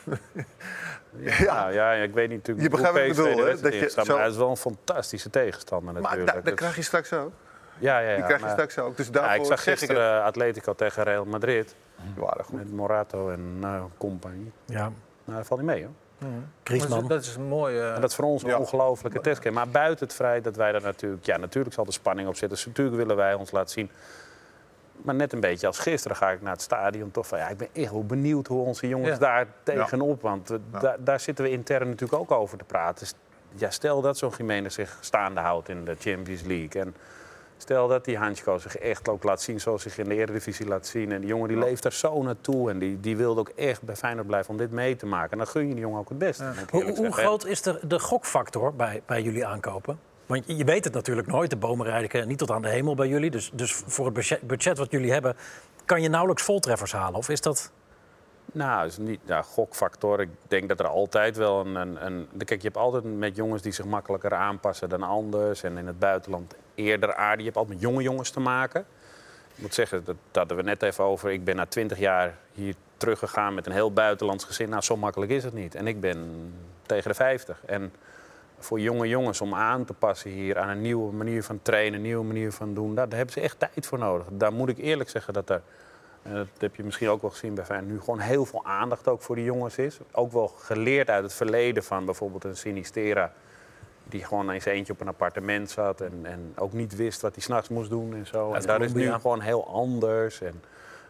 Ja, ik weet niet natuurlijk je begrijpt hoe wat ik bedoel, hè? Dat je, maar hij is wel een fantastische tegenstander natuurlijk. Maar dat krijg je straks ook. Ja. Die krijg je straks ook. Dus daarvoor ik zag gisteren Atletico tegen Real Madrid. Die waren goed. Met Morato en compagnie. Ja. Nou, dat valt niet mee, hoor. Griezmann. Dat is een mooie... En dat is voor ons een ongelofelijke testcase. Maar buiten het feit dat wij daar natuurlijk... Ja, natuurlijk zal er spanning op zitten. Dus natuurlijk willen wij ons laten zien. Maar net een beetje als gisteren ga ik naar het stadion. Toch van, ik ben echt wel benieuwd hoe onze jongens daar tegenop... Want daar zitten we intern natuurlijk ook over te praten. Dus, stel dat zo'n Jiménez zich staande houdt in de Champions League... En stel dat die Hansko zich echt ook laat zien zoals zich in de Eredivisie laat zien. En die jongen die leeft daar zo naartoe. En die wilde ook echt bij Feyenoord blijven om dit mee te maken. En dan gun je die jongen ook het beste. Ja. Hoe groot is de gokfactor bij jullie aankopen? Want je weet het natuurlijk nooit. De bomen rijden niet tot aan de hemel bij jullie. Dus voor het budget wat jullie hebben... kan je nauwelijks voltreffers halen? Of is dat... Nou, is niet gokfactor. Ik denk dat er altijd wel Kijk, je hebt altijd met jongens die zich makkelijker aanpassen dan anders. En in het buitenland eerder aardig. Je hebt altijd met jonge jongens te maken. Ik moet zeggen, dat hadden we net even over. Ik ben na 20 jaar hier teruggegaan met een heel buitenlands gezin. Nou, zo makkelijk is het niet. En ik ben tegen de 50. En voor jonge jongens om aan te passen hier aan een nieuwe manier van trainen, een nieuwe manier van doen, daar hebben ze echt tijd voor nodig. Daar moet ik eerlijk zeggen dat er... dat heb je misschien ook wel gezien bij Feyenoord. Nu gewoon heel veel aandacht ook voor die jongens is. Ook wel geleerd uit het verleden van bijvoorbeeld een Sinistera... die gewoon eens eentje op een appartement zat... en ook niet wist wat hij 's nachts moest doen en zo. En daar is nu gewoon heel anders. En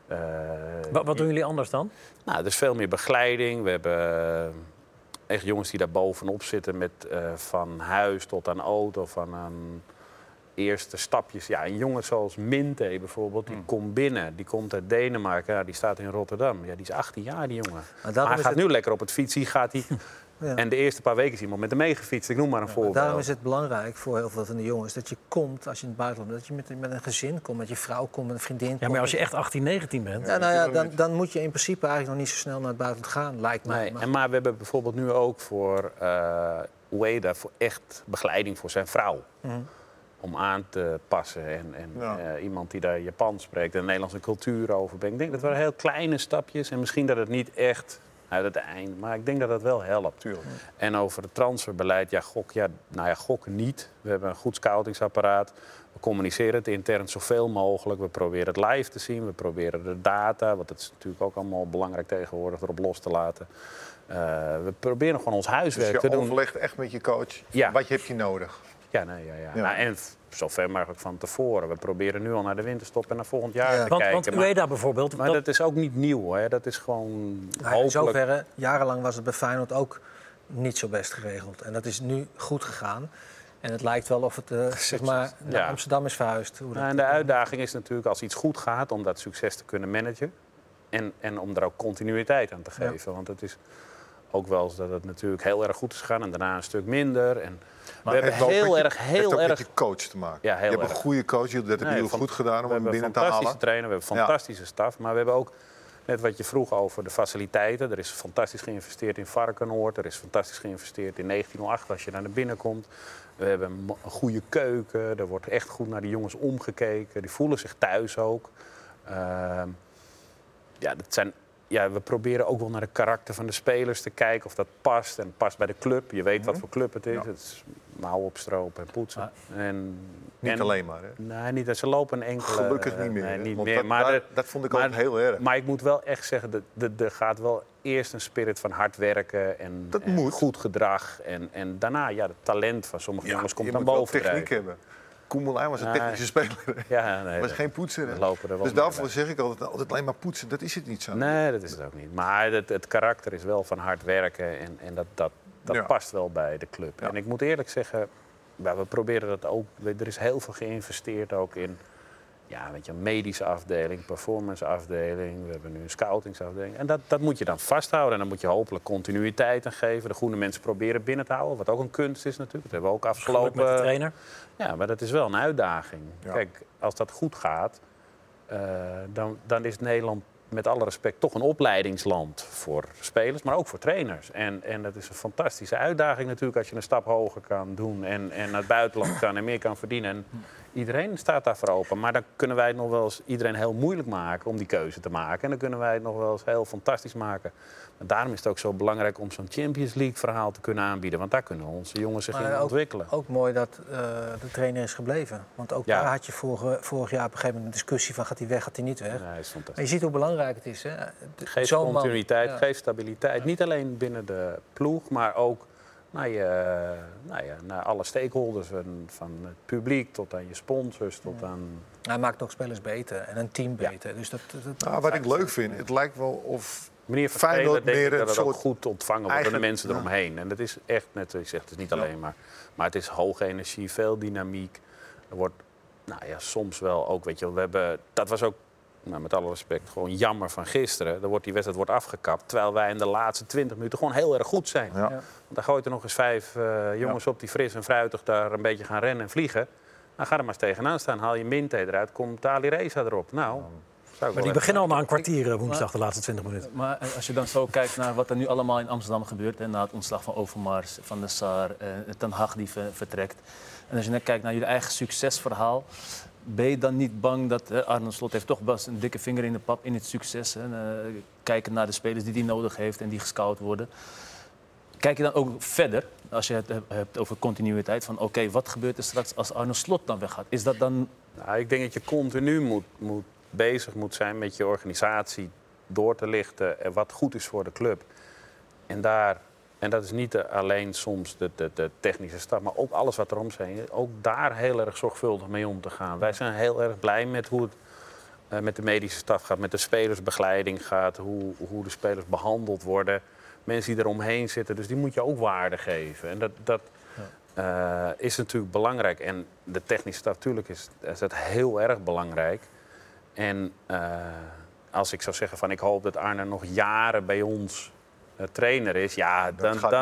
Wat doen jullie anders dan? Nou, er is veel meer begeleiding. We hebben echt jongens die daar bovenop zitten met van huis tot aan auto, van aan eerste stapjes. Ja, een jongen zoals Minte bijvoorbeeld, die komt binnen. Die komt uit Denemarken, ja, die staat in Rotterdam. Ja, die is 18 jaar, die jongen. Maar hij gaat nu lekker op het fietsie, gaat hij... Ja. En de eerste paar weken is iemand met hem meegefietst. Ik noem maar een voorbeeld. Daarom is het belangrijk voor heel veel van de jongens dat je komt als je in het buitenland bent. Dat je met een gezin komt, met je vrouw komt, met een vriendin komt. Ja, maar als je echt 18, 19 bent... Dan moet je in principe eigenlijk nog niet zo snel naar het buitenland gaan, lijkt mij. Nee, maar we hebben bijvoorbeeld nu ook voor Ueda voor echt begeleiding voor zijn vrouw. Om aan te passen. En iemand die daar Japans spreekt en de Nederlandse cultuur overbrengt. Ik denk dat waren heel kleine stapjes. En misschien dat het niet echt uit het eind. Maar ik denk dat dat wel helpt. Tuurlijk. En over het transferbeleid, gokken niet. We hebben een goed scoutingsapparaat. We communiceren het intern zoveel mogelijk. We proberen het live te zien. We proberen de data, want dat is natuurlijk ook allemaal belangrijk tegenwoordig, erop los te laten. We proberen gewoon ons huiswerk te doen. Dus je overlegt echt met je coach. Ja. Wat heb je nodig? Ja. Nou, en zover mogelijk van tevoren. We proberen nu al naar de winterstop en naar volgend jaar te kijken. Want Ueda bijvoorbeeld... Maar dat is ook niet nieuw, hè. Dat is gewoon hopelijk... In zoverre, jarenlang was het bij Feyenoord ook niet zo best geregeld. En dat is nu goed gegaan. En het lijkt wel of het naar Amsterdam is verhuisd. En de uitdaging is natuurlijk als iets goed gaat om dat succes te kunnen managen. En om er ook continuïteit aan te geven. Ja. Want het is ook wel eens dat het natuurlijk heel erg goed is gegaan en daarna een stuk minder. En we hebben heel erg met je coach te maken. Ja, je hebt een goede coach, dat heb je heel goed gedaan om hem binnen te halen. We hebben een fantastische trainer, we hebben een fantastische staf. Maar we hebben ook, net wat je vroeg over de faciliteiten. Er is fantastisch geïnvesteerd in Varkenoord. Er is fantastisch geïnvesteerd in 1908 als je naar binnen komt. We hebben een goede keuken. Er wordt echt goed naar die jongens omgekeken. Die voelen zich thuis ook. We proberen ook wel naar de karakter van de spelers te kijken of dat past. En past bij de club. Je weet wat voor club het is. Ja. Het is mouwen opstropen en poetsen. Niet alleen maar, hè? Nee, niet. Ze lopen enkele... Gelukkig niet meer. Nee, niet meer. Dat vond ik ook heel erg. Maar ik moet wel echt zeggen, er gaat wel eerst een spirit van hard werken en goed gedrag. En daarna, het talent van sommige jongens komt dan boven. Je moet wel techniek hebben. Koemelijn was een technische speler. Was geen poetser. Dus daarvoor zeg ik altijd alleen maar poetsen. Dat is het niet zo. Nee, dat is het ook niet. Maar het karakter is wel van hard werken. En dat past wel bij de club. Ja. En ik moet eerlijk zeggen, we proberen dat ook. Er is heel veel geïnvesteerd ook in een medische afdeling, performance afdeling. We hebben nu een scoutingsafdeling. En dat moet je dan vasthouden. En dan moet je hopelijk continuïteit aan geven. De goede mensen proberen binnen te houden. Wat ook een kunst is natuurlijk. Dat hebben we ook afgelopen... met de trainer. Ja, maar dat is wel een uitdaging. Ja. Kijk, als dat goed gaat, dan is Nederland met alle respect toch een opleidingsland voor spelers, maar ook voor trainers. En dat is een fantastische uitdaging natuurlijk als je een stap hoger kan doen en naar het buitenland kan en meer kan verdienen. En iedereen staat daarvoor open. Maar dan kunnen wij het nog wel eens iedereen heel moeilijk maken om die keuze te maken. En dan kunnen wij het nog wel eens heel fantastisch maken. Maar daarom is het ook zo belangrijk om zo'n Champions League verhaal te kunnen aanbieden. Want daar kunnen onze jongens zich in ontwikkelen. Ook mooi dat de trainer is gebleven. Want ook daar had je vorig jaar op een gegeven moment een discussie van gaat hij weg, gaat hij niet weg. Ja, is fantastisch. Maar je ziet hoe belangrijk het is. Hè? Geef continuïteit, geef stabiliteit. Niet alleen binnen de ploeg, maar ook naar alle stakeholders. Van het publiek tot aan je sponsors. Tot aan... Hij maakt ook spelers beter en een team beter. Dus wat ik leuk vind, het lijkt wel of... Meneer van Feyenoord denk ik dat het ook goed ontvangen wordt door de mensen eromheen. En dat is echt, net zoals je zegt, het is niet alleen maar het is hoge energie, veel dynamiek. Er wordt, soms wel ook, dat was ook, met alle respect, gewoon jammer van gisteren. Die wedstrijd wordt afgekapt, terwijl wij in de laatste 20 minuten gewoon heel erg goed zijn. Ja. Want dan gooit er nog eens 5 jongens op die fris en fruitig daar een beetje gaan rennen en vliegen. Dan ga er maar eens tegenaan staan, haal je Minte eruit, komt Ali Reza erop. Maar die beginnen al na een kwartier woensdag, de laatste 20 minuten. Maar als je dan zo kijkt naar wat er nu allemaal in Amsterdam gebeurt... na het ontslag van Overmars, Van der Sar, Ten Hag die vertrekt... en als je dan kijkt naar je eigen succesverhaal... ben je dan niet bang dat Arne Slot heeft toch best een dikke vinger in de pap in het succes... kijken naar de spelers die hij nodig heeft en die gescout worden... Kijk je dan ook verder, als je het hebt over continuïteit... van oké, wat gebeurt er straks als Arne Slot dan weggaat? Is dat dan... ik denk dat je continu bezig moet zijn met je organisatie door te lichten en wat goed is voor de club. En dat is niet alleen soms de technische stap, maar ook alles wat erom zijn. Ook daar heel erg zorgvuldig mee om te gaan. Wij zijn heel erg blij met hoe het met de medische staf gaat, met de spelersbegeleiding gaat, hoe de spelers behandeld worden. Mensen die eromheen zitten, dus die moet je ook waarde geven. En dat is natuurlijk belangrijk. En de technische staf, natuurlijk is dat heel erg belangrijk. En als ik zou zeggen van ik hoop dat Arne nog jaren bij ons trainer is, ja,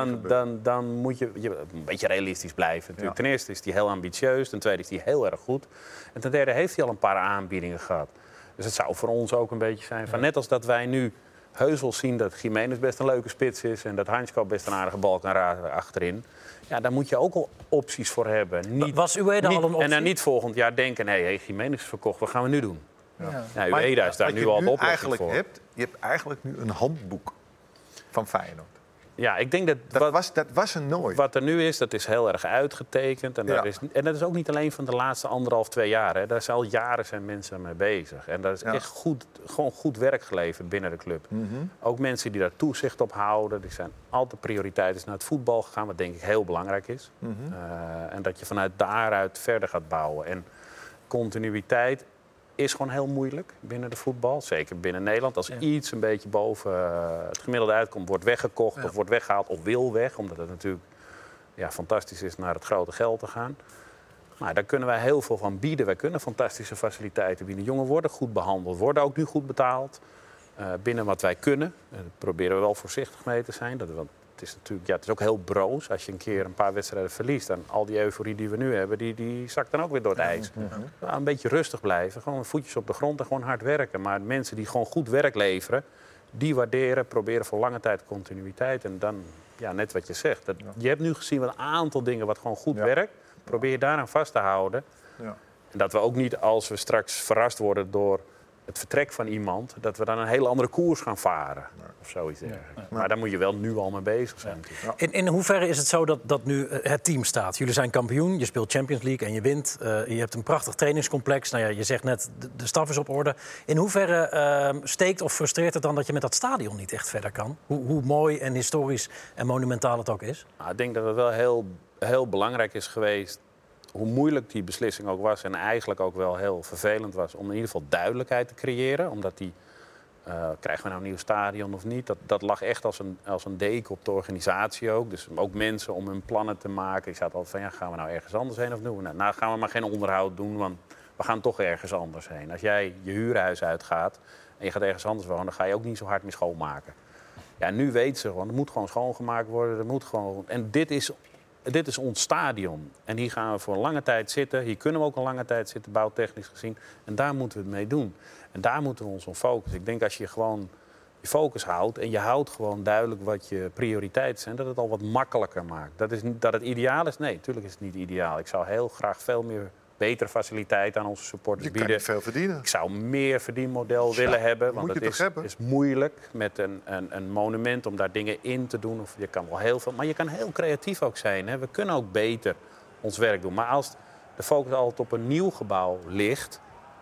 dan moet je een beetje realistisch blijven. Ja. Ten eerste is hij heel ambitieus, ten tweede is hij heel erg goed. En ten derde heeft hij al een paar aanbiedingen gehad. Dus het zou voor ons ook een beetje zijn van net als dat wij nu heus wel zien dat Gimenez best een leuke spits is en dat Hansko best een aardige bal kan raken achterin. Ja, daar moet je ook al opties voor hebben. Was Ueda al een optie? En dan niet volgend jaar denken, nee, Gimenez is verkocht, wat gaan we nu doen? Ja. Nou, Ueda is daar nu al de oplossing voor. Je hebt eigenlijk nu een handboek van Feyenoord. Ja, ik denk dat was er nooit. Wat er nu is, dat is heel erg uitgetekend. En dat is ook niet alleen van de laatste 1,5-2 jaar. Hè. Daar zijn al jaren mensen mee bezig. En dat is echt gewoon goed werk geleverd binnen de club. Mm-hmm. Ook mensen die daar toezicht op houden. Die zijn altijd prioriteiten naar het voetbal gegaan. Wat denk ik heel belangrijk is. Mm-hmm. En dat je vanuit daaruit verder gaat bouwen. En continuïteit is gewoon heel moeilijk binnen de voetbal. Zeker binnen Nederland. Als iets een beetje boven het gemiddelde uitkomt, wordt weggekocht of wordt weggehaald of wil weg. Omdat het natuurlijk fantastisch is naar het grote geld te gaan. Maar daar kunnen wij heel veel van bieden. Wij kunnen fantastische faciliteiten bieden. Jongen worden goed behandeld, worden ook nu goed betaald. Binnen wat wij kunnen. Daar proberen we wel voorzichtig mee te zijn. Het is natuurlijk, het is ook heel broos als je een keer een paar wedstrijden verliest. En al die euforie die we nu hebben, die zakt dan ook weer door het ijs. Ja, een beetje rustig blijven, gewoon voetjes op de grond en gewoon hard werken. Maar mensen die gewoon goed werk leveren, die waarderen, proberen voor lange tijd continuïteit. En dan, net wat je zegt. Je hebt nu gezien een aantal dingen wat gewoon goed werkt. Probeer je daaraan vast te houden. Ja. En dat we ook niet, als we straks verrast worden door het vertrek van iemand, dat we dan een hele andere koers gaan varen. Of zoiets dergelijks. Ja. Maar daar moet je wel nu al mee bezig zijn. Ja. In hoeverre is het zo dat nu het team staat? Jullie zijn kampioen, je speelt Champions League en je wint. Je hebt een prachtig trainingscomplex. Nou ja, je zegt net, de staf is op orde. In hoeverre steekt of frustreert het dan dat je met dat stadion niet echt verder kan? Hoe mooi en historisch en monumentaal het ook is? Nou, ik denk dat het wel heel, heel belangrijk is geweest, hoe moeilijk die beslissing ook was en eigenlijk ook wel heel vervelend was, om in ieder geval duidelijkheid te creëren. Omdat krijgen we nou een nieuw stadion of niet? Dat lag echt als een deken op de organisatie ook. Dus ook mensen om hun plannen te maken. Die zaten altijd van, gaan we nou ergens anders heen of doen we nou gaan we maar geen onderhoud doen, want we gaan toch ergens anders heen. Als jij je huurhuis uitgaat en je gaat ergens anders wonen, dan ga je ook niet zo hard meer schoonmaken. Ja, nu weten ze gewoon, er moet gewoon schoongemaakt worden. Er moet gewoon, en dit is ons stadion. En hier gaan we voor een lange tijd zitten. Hier kunnen we ook een lange tijd zitten, bouwtechnisch gezien. En daar moeten we het mee doen. En daar moeten we ons op focussen. Ik denk als je gewoon je focus houdt en je houdt gewoon duidelijk wat je prioriteiten zijn, dat het al wat makkelijker maakt. Dat het ideaal is? Nee, natuurlijk is het niet ideaal. Ik zou heel graag veel meer betere faciliteiten aan onze supporters bieden. Je kan niet veel verdienen. Ik zou een meer verdienmodel willen hebben. Want het is moeilijk met een monument om daar dingen in te doen. Of je kan wel heel veel, maar je kan heel creatief ook zijn. Hè. We kunnen ook beter ons werk doen. Maar als de focus altijd op een nieuw gebouw ligt,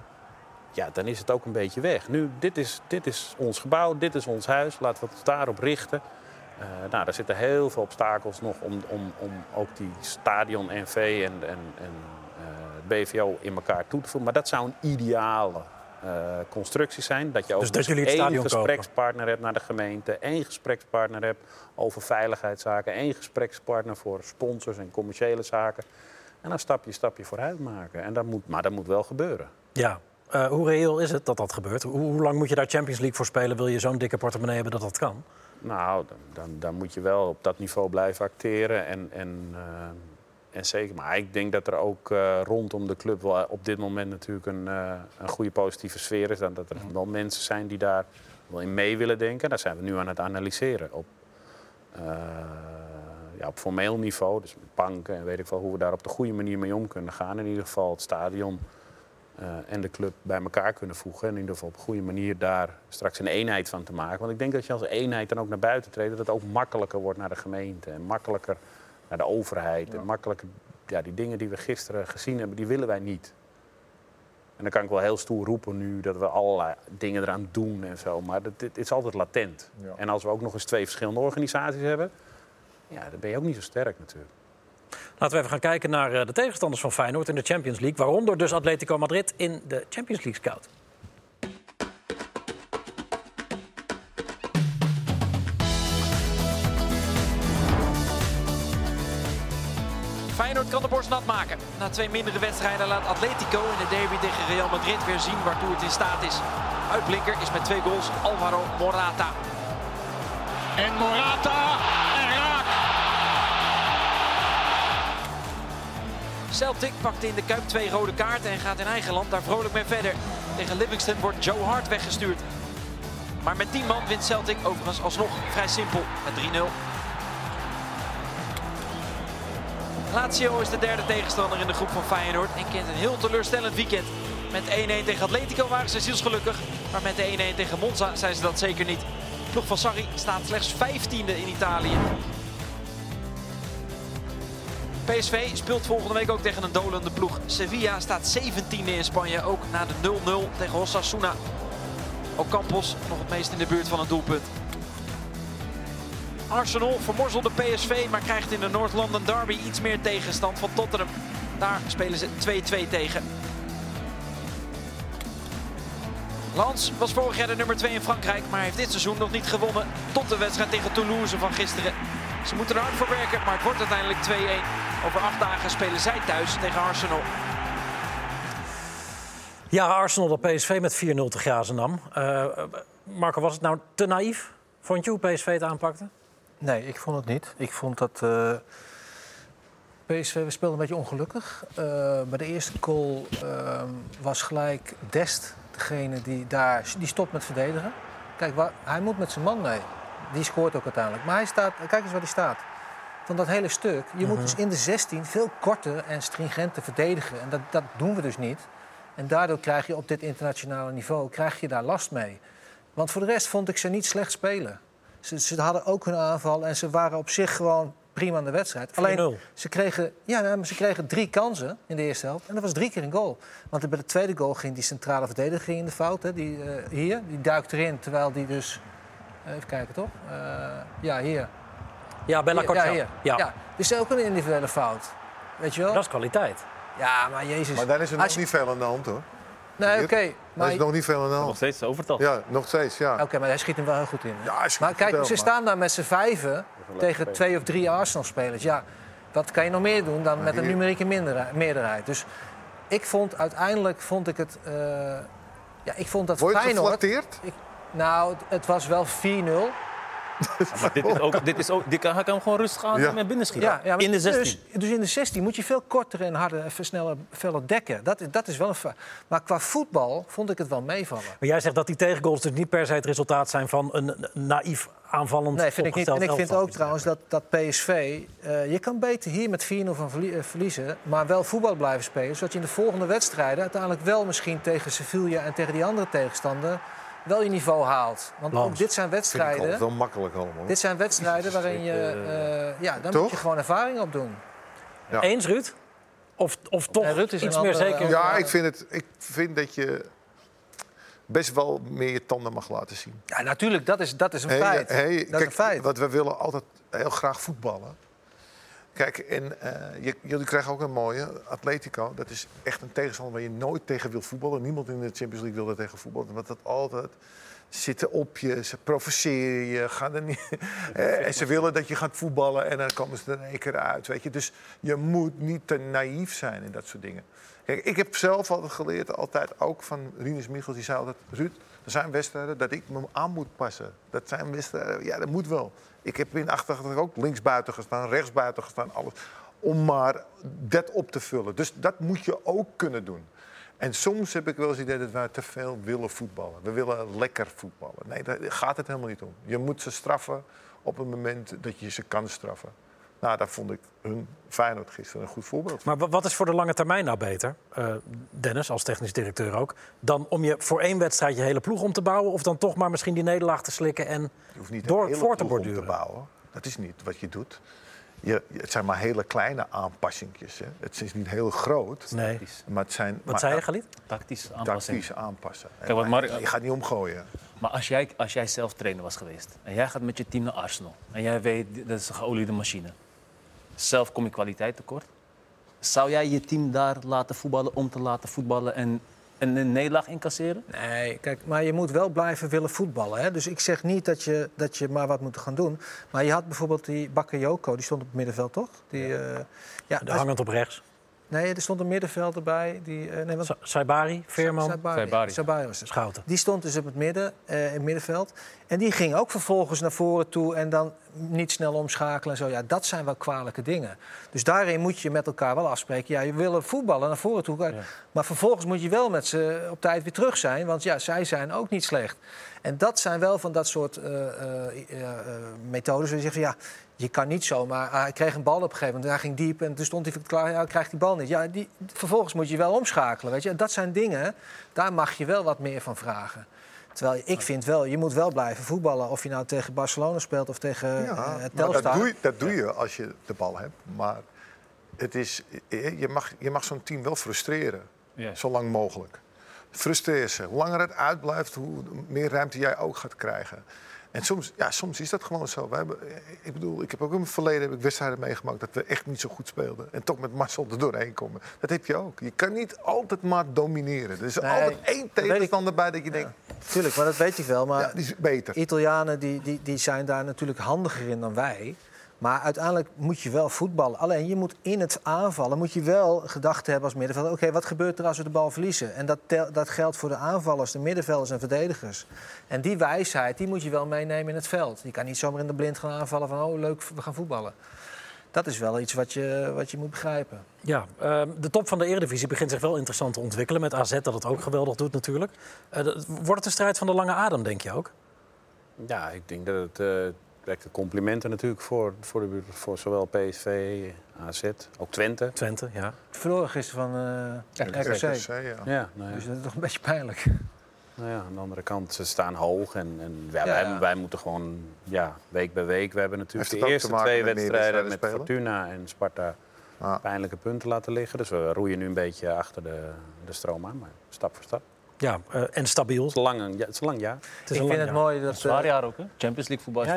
dan is het ook een beetje weg. Nu, dit is ons gebouw, dit is ons huis. Laten we het daarop richten. Daar zitten heel veel obstakels nog om ook die stadion, NV en BVO in elkaar toe te voegen. Maar dat zou een ideale constructie zijn. Dat je ook dus één gesprekspartner hebt naar de gemeente, één gesprekspartner hebt over veiligheidszaken, één gesprekspartner voor sponsors en commerciële zaken. En dan stapje vooruit maken. En dat moet wel gebeuren. Ja. Hoe reëel is het dat gebeurt? Hoe lang moet je daar Champions League voor spelen? Wil je zo'n dikke portemonnee hebben dat kan? Nou, dan moet je wel op dat niveau blijven acteren. En zeker, maar ik denk dat er ook rondom de club wel op dit moment natuurlijk een goede positieve sfeer is. Dat er wel mensen zijn die daar wel in mee willen denken. Daar zijn we nu aan het analyseren. Op formeel niveau, dus met banken en weet ik wel hoe we daar op de goede manier mee om kunnen gaan. In ieder geval het stadion en de club bij elkaar kunnen voegen. En in ieder geval op een goede manier daar straks een eenheid van te maken. Want ik denk dat je als eenheid dan ook naar buiten treedt, dat het ook makkelijker wordt naar de gemeente en makkelijker naar de overheid. En makkelijker, die dingen die we gisteren gezien hebben, die willen wij niet. En dan kan ik wel heel stoer roepen nu dat we allerlei dingen eraan doen en zo. Maar het is altijd latent. Ja. En als we ook nog eens 2 verschillende organisaties hebben, dan ben je ook niet zo sterk natuurlijk. Laten we even gaan kijken naar de tegenstanders van Feyenoord in de Champions League. Waaronder dus Atletico Madrid in de Champions League Scout. Feyenoord kan de borst nat maken. Na 2 mindere wedstrijden laat Atletico in de derby tegen Real Madrid weer zien waartoe het in staat is. Uitblinker is met 2 goals Alvaro Morata. En Morata en raak. Celtic pakte in de Kuip 2 rode kaarten en gaat in eigen land daar vrolijk mee verder. Tegen Livingston wordt Joe Hart weggestuurd. Maar met 10 man wint Celtic overigens alsnog vrij simpel met 3-0. Lazio is de derde tegenstander in de groep van Feyenoord en kent een heel teleurstellend weekend. Met 1-1 tegen Atletico waren ze zielsgelukkig, maar met de 1-1 tegen Monza zijn ze dat zeker niet. De ploeg van Sarri staat slechts 15e in Italië. PSV speelt volgende week ook tegen een dolende ploeg. Sevilla staat 17e in Spanje, ook na de 0-0 tegen Osasuna. Ocampos nog het meest in de buurt van een doelpunt. Arsenal vermorzelde PSV, maar krijgt in de North London Derby iets meer tegenstand van Tottenham. Daar spelen ze 2-2 tegen. Lens was vorig jaar de nummer 2 in Frankrijk, maar heeft dit seizoen nog niet gewonnen. Tot de wedstrijd tegen Toulouse van gisteren. Ze moeten er hard voor werken, maar het wordt uiteindelijk 2-1. Over 8 dagen spelen zij thuis tegen Arsenal. Ja, Arsenal dat PSV met 4-0 te grazen nam. Marco, was het nou te naïef, vond je, hoe PSV het aanpakte? Nee, ik vond het niet. Ik vond dat PSV speelde een beetje ongelukkig. Bij de eerste goal was gelijk Dest degene die stopt met verdedigen. Kijk, hij moet met zijn man mee. Die scoort ook uiteindelijk. Maar kijk eens waar hij staat. Van dat hele stuk. Je moet dus in de 16 veel korter en stringenter verdedigen. En dat doen we dus niet. En daardoor krijg je op dit internationale niveau daar last mee. Want voor de rest vond ik ze niet slecht spelen. Ze hadden ook hun aanval en ze waren op zich gewoon prima aan de wedstrijd. Alleen, ze kregen 3 kansen in de eerste helft en dat was 3 keer een goal. Want bij de tweede goal ging die centrale verdediger in de fout. Hè, die duikt erin, terwijl die dus... even kijken, toch? Hier. Ja, Bella Cortella. Ja. Dus ook een individuele fout. Weet je wel? Dat is kwaliteit. Ja, maar jezus... Maar dan is er nog niet veel aan de hand, hoor. Nee, oké. Er is nog niet veel aan de hand. Nog steeds overtal. Ja, nog steeds, ja. Oké, maar hij schiet hem wel heel goed in. Ja, hij schiet maar kijk, wel, ze staan daar met z'n 5 tegen 2 of 3 Arsenal-spelers. Ja, wat kan je nog meer doen dan met een numerieke meerderheid? Dus uiteindelijk vond ik het... ik vond dat Word je Feyenoord... geflatteerd? Nou, het was wel 4-0. Maar dit kan hem gewoon rustig aan met binnenschieten. Ja, in de 16. Dus in de 16 moet je veel korter en harder, sneller, feller dekken. Dat is wel een maar qua voetbal vond ik het wel meevallen. Maar jij zegt dat die tegengoals dus niet per se het resultaat zijn van een naïef aanvallend. Nee, vind ik niet. En ik vind ook trouwens dat dat PSV... je kan beter hier met 4-0 van verliezen, maar wel voetbal blijven spelen. Zodat je in de volgende wedstrijden uiteindelijk wel misschien tegen Sevilla en tegen die andere tegenstander... wel je niveau haalt. Want ook dit zijn wedstrijden... Vind ik wel makkelijk allemaal. Dit zijn wedstrijden waarin je... dan moet je gewoon ervaring opdoen. Ja. Eens, Ruud? Of toch Ruud is iets meer zeker? Ja, ik vind dat je best wel meer je tanden mag laten zien. Ja, natuurlijk. Dat is een feit. Dat is een feit. Want we willen altijd heel graag voetballen. Kijk, en jullie krijgen ook een mooie. Atletico, dat is echt een tegenstander waar je nooit tegen wil voetballen. Niemand in de Champions League wil er tegen voetballen. Want dat altijd zitten op je, ze provoceren je, gaan er niet. En ze willen dat je gaat voetballen en dan komen ze er een keer uit. Weet je? Dus je moet niet te naïef zijn in dat soort dingen. Kijk, ik heb zelf altijd geleerd, altijd ook van Rinus Michels, die zei altijd... Ruud, er zijn wedstrijden dat ik me aan moet passen. Dat zijn wedstrijden, ja, dat moet wel. Ik heb in Achterhoek ook linksbuiten gestaan, rechtsbuiten gestaan, alles. Om maar dat op te vullen. Dus dat moet je ook kunnen doen. En soms heb ik wel eens het idee dat wij te veel willen voetballen. We willen lekker voetballen. Nee, daar gaat het helemaal niet om. Je moet ze straffen op het moment dat je ze kan straffen. Nou, daar vond ik hun Feyenoord gisteren een goed voorbeeld van. Maar wat is voor de lange termijn nou beter, Dennis, als technisch directeur ook... dan om je voor 1 wedstrijd je hele ploeg om te bouwen... of dan toch maar misschien die nederlaag te slikken en Je hoeft niet door een hele voor te ploeg om borduren? te bouwen. Dat is niet wat je doet. Het zijn maar hele kleine aanpassingjes. Hè. Het is niet heel groot. Nee. Maar het zijn, Wat zei je, Galit? Tactisch aanpassing. tactisch aanpassen. Kijk, wat Je gaat niet omgooien. Maar als jij zelf trainer was geweest en jij gaat met je team naar Arsenal... en jij weet, dat is een geoliede machine. Zelf kom je kwaliteit tekort. Zou jij je team daar laten voetballen om te laten voetballen... en een nederlaag incasseren? Nee, kijk, maar je moet wel blijven willen voetballen. Hè? Dus ik zeg niet dat je maar wat moet gaan doen. Maar je had bijvoorbeeld die Bakayoko, die stond op het middenveld, toch? Hangend op rechts. Nee, er stond een middenvelder bij. Saibari, Veerman. Saibari was het. Schouten. Die stond dus op het middenveld. En die ging ook vervolgens naar voren toe en dan niet snel omschakelen en zo. Ja, dat zijn wel kwalijke dingen. Dus daarin moet je met elkaar wel afspreken. Ja, je wil voetballen naar voren toe. Ja. Maar vervolgens moet je wel met ze op tijd weer terug zijn. Want ja, zij zijn ook niet slecht. En dat zijn wel van dat soort methodes waar je zegt van ja, je kan niet zomaar. Hij kreeg een bal op een gegeven moment, hij ging diep en toen stond hij klaar. Ja, hij krijgt die bal niet. Ja, vervolgens moet je wel omschakelen. Weet je? En dat zijn dingen, daar mag je wel wat meer van vragen. Terwijl ik vind wel, je moet wel blijven voetballen. Of je nou tegen Barcelona speelt of tegen Telstar. Dat doe je als je de bal hebt. Maar het is, je mag zo'n team wel frustreren. Yeah. Zo lang mogelijk. Frustreer ze. Hoe langer het uitblijft, hoe meer ruimte jij ook gaat krijgen. En soms is dat gewoon zo. Ik heb ook in het verleden wedstrijden meegemaakt dat we echt niet zo goed speelden. En toch met Marcel er doorheen komen. Dat heb je ook. Je kan niet altijd maar domineren. Er is altijd één tegenstander bij dat je denkt... Tuurlijk, maar dat weet ik wel. Maar ja, die is beter. Italianen die zijn daar natuurlijk handiger in dan wij. Maar uiteindelijk moet je wel voetballen. Alleen je moet in het aanvallen moet je wel gedachten hebben als middenvelder. Oké, wat gebeurt er als we de bal verliezen? En dat geldt voor de aanvallers, de middenvelders en verdedigers. En die wijsheid die moet je wel meenemen in het veld. Je kan niet zomaar in de blind gaan aanvallen van oh leuk, we gaan voetballen. Dat is wel iets wat je moet begrijpen. Ja, de top van de Eredivisie begint zich wel interessant te ontwikkelen. Met AZ dat het ook geweldig doet natuurlijk. Wordt het een strijd van de lange adem, denk je ook? Ja, ik denk dat het... de complimenten natuurlijk voor zowel PSV, AZ, ook Twente. Twente, ja. Verloren gisteren van RKC. Ja, dus dat is toch een beetje pijnlijk. Nou ja, aan de andere kant, ze staan hoog. Wij moeten gewoon week bij week... We hebben natuurlijk de eerste 2 wedstrijden met Fortuna en Sparta pijnlijke punten laten liggen. Dus we roeien nu een beetje achter de stroom aan, maar stap voor stap. Ja, en stabiel. Het is een lang jaar. Ik vind het mooi dat... Een zwaar jaar ook, hè? Champions League voetbal.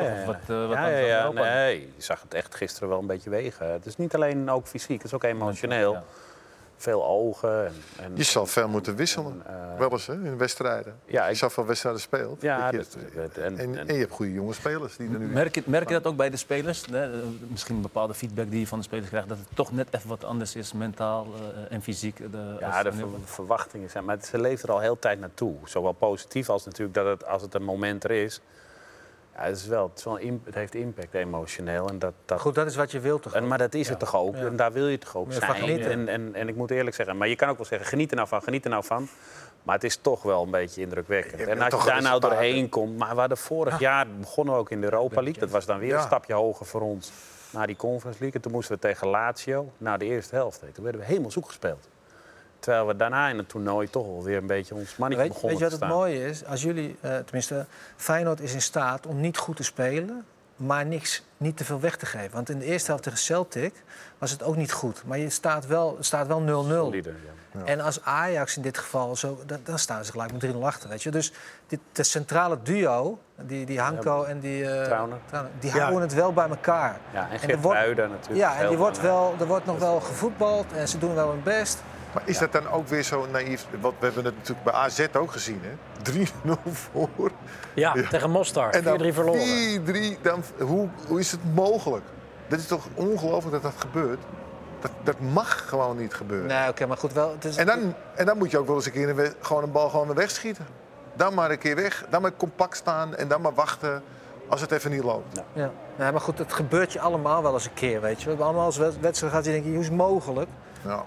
Nee, je zag het echt gisteren wel een beetje wegen. Het is niet alleen ook fysiek, het is ook emotioneel. Ja. Veel ogen. En je zal veel moeten wisselen, wel eens hè, in wedstrijden. Ja, je zal veel wedstrijden speelt. Ja, en je hebt goede jonge spelers die er nu... Merk je dat ook bij de spelers? Misschien een bepaalde feedback die je van de spelers krijgt... dat het toch net even wat anders is, mentaal en fysiek? De verwachtingen zijn... Maar ze leeft er al heel tijd naartoe. Zowel positief als natuurlijk dat het, als het een moment er is... Ja, het heeft impact emotioneel. En Goed, dat is wat je wilt toch ook? Maar dat is het toch ook. Ja. En daar wil je toch ook zijn. En ik moet eerlijk zeggen, maar je kan ook wel zeggen, geniet er nou van. Maar het is toch wel een beetje indrukwekkend. En als je daar nou doorheen komt... Maar we hadden vorig jaar begonnen we ook in de Europa League. Dat was dan weer een stapje hoger voor ons naar die Conference League. En toen moesten we tegen Lazio, na de eerste helft. Toen werden we helemaal zoek gespeeld. Terwijl we daarna in het toernooi toch wel weer een beetje ons mannetje begonnen te staan. Weet je wat het mooie is? Als jullie, tenminste, Feyenoord is in staat om niet goed te spelen... maar niet te veel weg te geven. Want in de eerste helft tegen Celtic was het ook niet goed. Maar het staat wel 0-0. Solide, ja. En als Ajax in dit geval, dan staan ze gelijk met 3-0 achter. Weet je? Dus het centrale duo, die Hanko en die Trauner, die houden het wel bij elkaar. Ja, en Geert Ruijden natuurlijk. Ja, en er wordt nog wel gevoetbald en ze doen wel hun best... Maar is dat dan ook weer zo naïef? Want we hebben het natuurlijk bij AZ ook gezien, hè? 3-0 voor. Ja, tegen Mostar. 4-3 verloren. 4-3, hoe is het mogelijk? Dat is toch ongelooflijk dat dat gebeurt? Dat mag gewoon niet gebeuren. Nee, oké, maar goed wel. Het is... en dan moet je ook wel eens een keer gewoon een bal weer wegschieten. Dan maar een keer weg, dan maar compact staan en dan maar wachten als het even niet loopt. Ja. Nee, maar goed, het gebeurt je allemaal wel eens een keer, weet je. We hebben allemaal als wedstrijd gaat je denken, hoe is het mogelijk? Ja.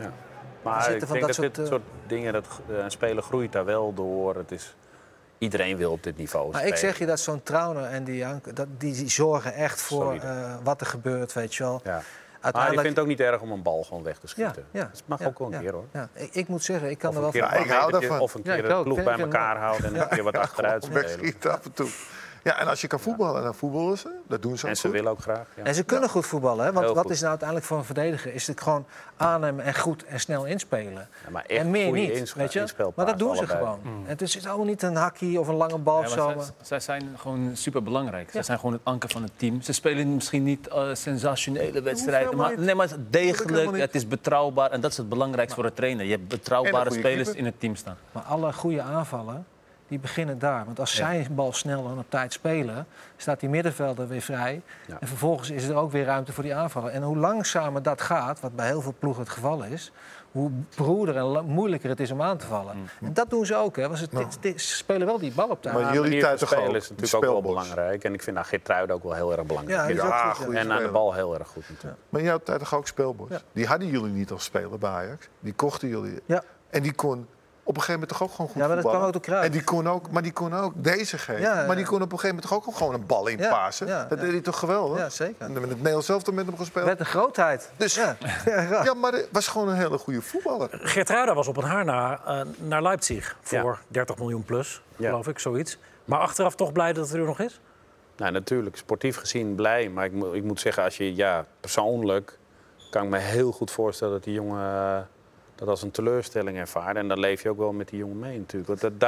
Maar ik denk dat dit soort dingen, een speler groeit daar wel door. Iedereen wil op dit niveau spelen. Maar ik zeg je dat zo'n Trauner en die zorgen echt voor wat er gebeurt, weet je wel. Ja. Maar ik vind het ook niet erg om een bal gewoon weg te schieten. Dat mag ook wel een keer, hoor. Ja. Ik moet zeggen, ik kan er wel van. Ik hou daarvan. Of een keer de ploeg bij elkaar houden en een keer wat achteruit spelen. Wegschieten af en toe. Ja, en als je kan voetballen, dan voetballen ze. Dat doen ze ook En ze goed. willen ook graag. Ja. En ze kunnen goed voetballen, hè? Want Heel wat goed. is nou uiteindelijk voor een verdediger? Is het gewoon aannemen en goed en snel inspelen. Ja, maar echt En meer goede niet, weet je? inspeelpaas Maar dat doen ze allebei. gewoon. Het is allemaal niet een hakkie of een lange bal of Ja, zo. maar maar- zij zijn gewoon superbelangrijk. Zij zijn gewoon het anker van het team. Ze spelen misschien niet sensationele wedstrijden. helemaal Maar, niet. nee, maar het is helemaal degelijk, niet. het is betrouwbaar. En dat is het belangrijkste voor een trainer. Je hebt En betrouwbare een goede spelers keeper. in het team staan. Maar alle goede aanvallen, die beginnen daar. Want als zij een bal snel en op tijd spelen, staat die middenvelder weer vrij. Ja. En vervolgens is er ook weer ruimte voor die aanvallen. En hoe langzamer dat gaat, wat bij heel veel ploegen het geval is, hoe broeder en moeilijker het is om aan te vallen. En dat doen ze ook, hè. Want ze spelen wel die bal op tijd. Maar Ja, jullie manier tijd van toch spelen ook? is natuurlijk ook wel Speelbos. belangrijk. En ik vind Geertruiden ook wel heel erg belangrijk. Ja, die is ook Ja, goed, ja. goeie En aan de speler. bal heel erg goed natuurlijk. Maar jij had tijd toch ook Speelbos? Ja. Die hadden jullie niet als speler bij Ajax. Die kochten jullie. Ja. En die kon op een gegeven moment toch ook gewoon goed Ja, maar dat voetballen. kwam ook door Cruijff. En die kon ook deze geven. Ja, ja. Maar die kon op een gegeven moment toch ook gewoon een bal inpassen. Ja, Dat ja. deed hij toch geweldig? Ja, zeker. En met het Nederlands zelf met hem gespeeld. Met een grootheid. Dus Ja. Ja. ja, maar het was gewoon een hele goede voetballer. Geertruida was op een haar naar Leipzig voor Ja. 30 miljoen plus, Ja. geloof ik, zoiets. Maar achteraf toch blij dat het er nog is? Nou, natuurlijk, sportief gezien blij. Maar ik moet zeggen, als je persoonlijk kan ik me heel goed voorstellen dat die jongen dat als een teleurstelling ervaart. En dan leef je ook wel met die jongen mee natuurlijk. Want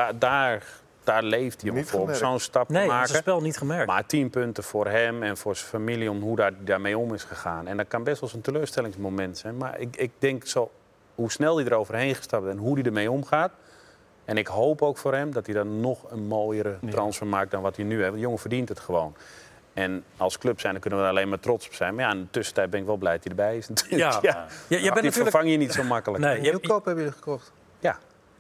daar leeft die jongen Niet voor om gemerkt. zo'n stap te Nee, maken. zijn spel niet gemerkt. Maar 10 punten voor hem en voor zijn familie om hoe daarmee om is gegaan. En dat kan best wel eens een teleurstellingsmoment zijn. Maar ik denk zo, hoe snel hij eroverheen gestapt is en hoe hij ermee omgaat. En ik hoop ook voor hem dat hij dan nog een mooiere transfer maakt dan wat hij nu heeft. Want de jongen verdient het gewoon. En als club zijn, dan kunnen we er alleen maar trots op zijn. Maar ja, in de tussentijd ben ik wel blij dat hij erbij is natuurlijk. Ja. Jij bent Die natuurlijk... vervang je niet zo makkelijk. Nee, je, Nieuwkoop hebben jullie gekocht. Ja.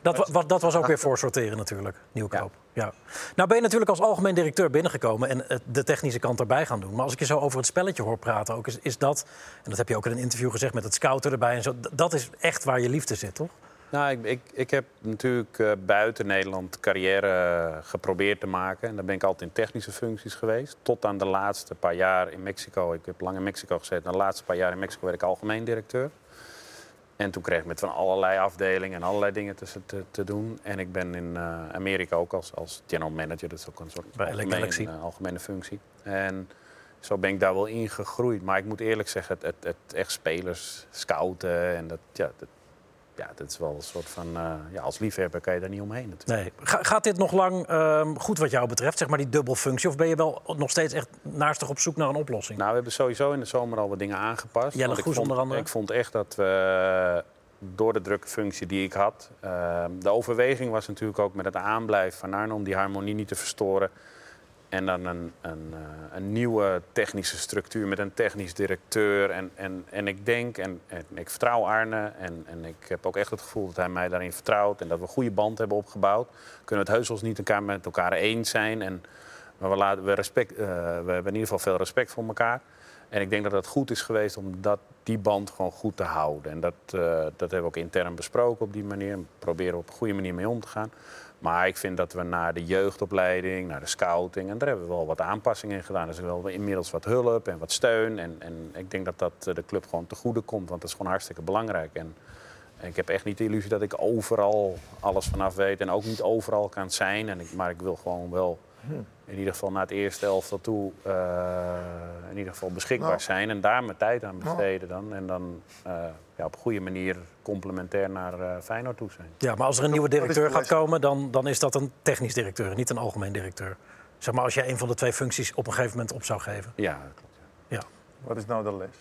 dat was ook weer voor sorteren natuurlijk, Nieuwkoop. Ja. Nou ben je natuurlijk als algemeen directeur binnengekomen en de technische kant erbij gaan doen. Maar als ik je zo over het spelletje hoor praten, ook is dat, en dat heb je ook in een interview gezegd met het scouten erbij en zo, dat is echt waar je liefde zit, toch? Nou, ik heb natuurlijk buiten Nederland carrière geprobeerd te maken. En dan ben ik altijd in technische functies geweest. Tot aan de laatste paar jaar in Mexico. Ik heb lang in Mexico gezeten. De laatste paar jaar in Mexico werd ik algemeen directeur. En toen kreeg ik met van allerlei afdelingen en allerlei dingen te doen. En ik ben in Amerika ook als general manager. Dat is ook een soort algemene functie. En zo ben ik daar wel in gegroeid. Maar ik moet eerlijk zeggen, het echt spelers scouten en dat is wel een soort van... als liefhebber kan je daar niet omheen natuurlijk. Nee. Gaat dit nog lang goed wat jou betreft, zeg maar die dubbelfunctie? Of ben je wel nog steeds echt naastig op zoek naar een oplossing? Nou, we hebben sowieso in de zomer al wat dingen aangepast. Jelle Want Goes onder andere. Ik vond echt dat we door de drukke functie die ik had... de overweging was natuurlijk ook met het aanblijven van Arno... om die harmonie niet te verstoren. En dan een nieuwe technische structuur met een technisch directeur. En ik denk, en ik vertrouw Arne... En ik heb ook echt het gevoel dat hij mij daarin vertrouwt... en dat we een goede band hebben opgebouwd. Kunnen we het heus niet met elkaar eens zijn. Maar we hebben in ieder geval veel respect voor elkaar. En ik denk dat het goed is geweest om die band gewoon goed te houden. En dat hebben we ook intern besproken op die manier. We proberen op een goede manier mee om te gaan. Maar ik vind dat we naar de jeugdopleiding, naar de scouting... en daar hebben we wel wat aanpassingen in gedaan. Er is wel inmiddels wat hulp en wat steun. En ik denk dat de club gewoon te goede komt. Want dat is gewoon hartstikke belangrijk. En ik heb echt niet de illusie dat ik overal alles vanaf weet... en ook niet overal kan zijn. Maar ik wil gewoon wel... in ieder geval naar het eerste elftal toe in ieder geval beschikbaar zijn. En daar mijn tijd aan besteden dan. En dan op een goede manier complementair naar Feyenoord toe zijn. Ja, maar als er een nieuwe directeur gaat komen, dan is dat een technisch directeur, niet een algemeen directeur. Zeg maar als jij een van de twee functies op een gegeven moment op zou geven. Ja, dat klopt. Ja. Wat is nou de les?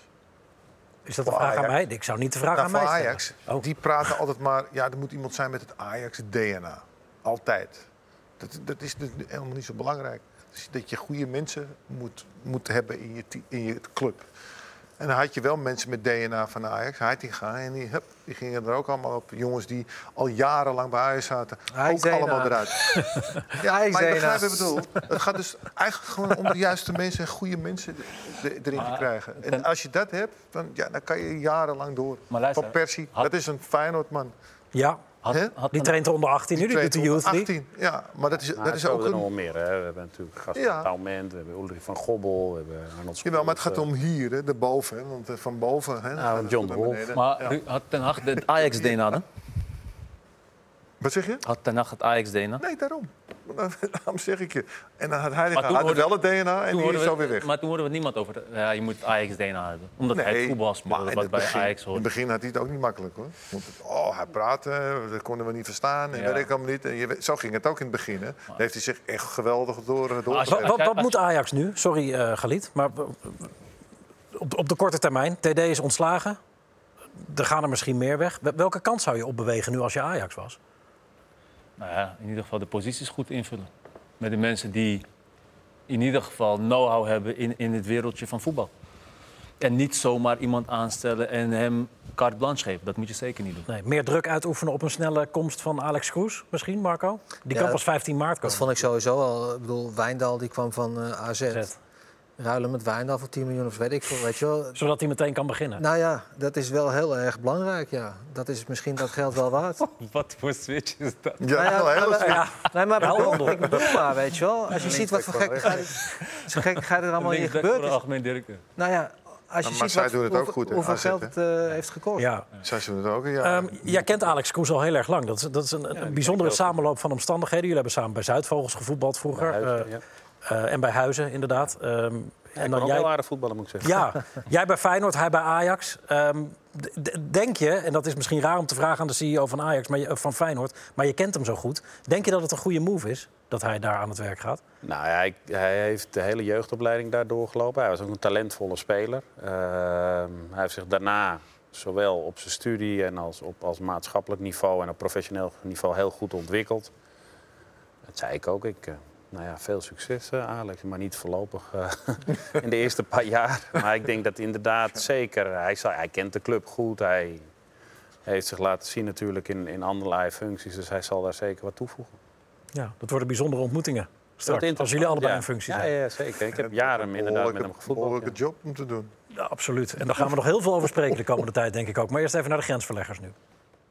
Is dat een vraag aan mij? Ik zou niet de vraag aan mij voor stellen. Ajax, Oh. die praten altijd maar... Ja, er moet iemand zijn met het Ajax-DNA. Altijd. Dat is dus helemaal niet zo belangrijk. Dus dat je goede mensen moet hebben in je club. En dan had je wel mensen met DNA van Ajax. Heitinga en die gingen er ook allemaal op. Jongens die al jarenlang bij Ajax zaten. Ajax ook DNA. allemaal eruit. Ja, Ajax maar je DNA. begrijpt wat ik bedoel. Het gaat dus eigenlijk gewoon om de juiste mensen en goede mensen erin te krijgen. En als je dat hebt, dan kan je jarenlang door. Maar luister, Van Persie, dat is een Feyenoordman. Ja, Hè? die traint er onder 18 nu, die doet de Youth League. 18, ja, maar dat is zo ook er nog een... wel meer. Hè. We hebben natuurlijk gasten Ja. van Taument, we hebben Ulrich van Gobbel, we hebben Arnold School. Jawel, maar het gaat om hier, hè, daarboven. Hè, want van boven... Hè, Nou, John de Wolf. Maar had Ten Hag het Ajax-DNA dan? Wat zeg je? Had Ten Hag het Ajax-DNA? Nee, daarom. Daarom zeg ik je. En dan had hij Maar toen wel hoorde- het DNA en die is zo weer weg. Maar toen hoorden we niemand over. Je moet Ajax-DNA hebben. Omdat hij het voetbal speelde, maar wat bij Ajax in hoort. het begin had hij het ook niet makkelijk, hoor. Want hij praatte, dat konden we niet verstaan. En Ja. weet ik allemaal niet. En zo ging het ook in het begin. Hè. Daar heeft hij zich echt geweldig door. Wat moet Ajax nu? Sorry, Galit. Maar op de korte termijn. TD is ontslagen. Er gaan er misschien meer weg. Welke kant zou je opbewegen nu als je Ajax was? Nou ja, in ieder geval de posities goed invullen. Met de mensen die in ieder geval know-how hebben in het wereldje van voetbal. En niet zomaar iemand aanstellen en hem carte blanche geven. Dat moet je zeker niet doen. Nee, meer druk uitoefenen op een snelle komst van Alex Kroes misschien, Marco? Die kan pas 15 maart komen. Dat vond ik sowieso al. Ik bedoel, Wijndal die kwam van AZ. Zet. Ruilen met Wijndal voor 10 miljoen of weet ik veel, weet je wel. Zodat hij meteen kan beginnen. Nou ja, dat is wel heel erg belangrijk, ja. Dat is misschien dat geld wel waard. Wat voor switch is dat? Nee, maar Helder. ik bedoel maar, weet je wel. Als je ziet wat voor gekkigheid er allemaal hier gebeurd is. Algemeen directeur. Nou ja, als je Maar ziet zij doen het ook hoeveel, goed, hè, hoeveel AZ, geld hè? het heeft gekost. Ja. Zij doen het ook, ja. Jij kent Alex Kroes al heel erg lang. Dat is een bijzondere samenloop van omstandigheden. Jullie hebben samen bij Zuidvogels gevoetbald vroeger. En bij Huizen, inderdaad. En dan heel aardig voetballen, moet ik zeggen. Ja, jij bij Feyenoord, hij bij Ajax. Denk je, en dat is misschien raar om te vragen aan de CEO van Ajax, van Feyenoord, maar je kent hem zo goed. Denk je dat het een goede move is dat hij daar aan het werk gaat? Nou ja, hij heeft de hele jeugdopleiding daar doorgelopen. Hij was ook een talentvolle speler. Hij heeft zich daarna zowel op zijn studie en als maatschappelijk niveau en op professioneel niveau heel goed ontwikkeld. Dat zei ik ook. Veel succes, Alex, maar niet voorlopig in de eerste paar jaar. Maar ik denk dat inderdaad zeker, hij kent de club goed. Hij heeft zich laten zien natuurlijk in allerlei functies. Dus hij zal daar zeker wat toevoegen. Ja, dat worden bijzondere ontmoetingen straks, als jullie allebei in functie zijn. Ja, zeker. Ik heb jaren inderdaad met hem gevoetbald. Behoorlijke job om te doen. Ja, absoluut. En daar gaan we nog heel veel over spreken de komende tijd, denk ik ook. Maar eerst even naar de grensverleggers nu.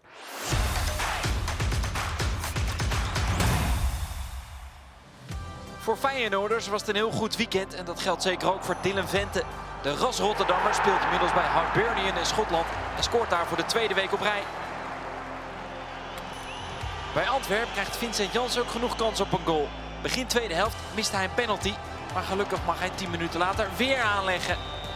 Voor Feyenoorders was het een heel goed weekend en dat geldt zeker ook voor Dylan Vente. De ras Rotterdammer speelt inmiddels bij Hibernian in Schotland en scoort daar voor de tweede week op rij. Bij Antwerpen krijgt Vincent Janssen ook genoeg kans op een goal. Begin tweede helft miste hij een penalty, maar gelukkig mag hij 10 minuten later weer aanleggen.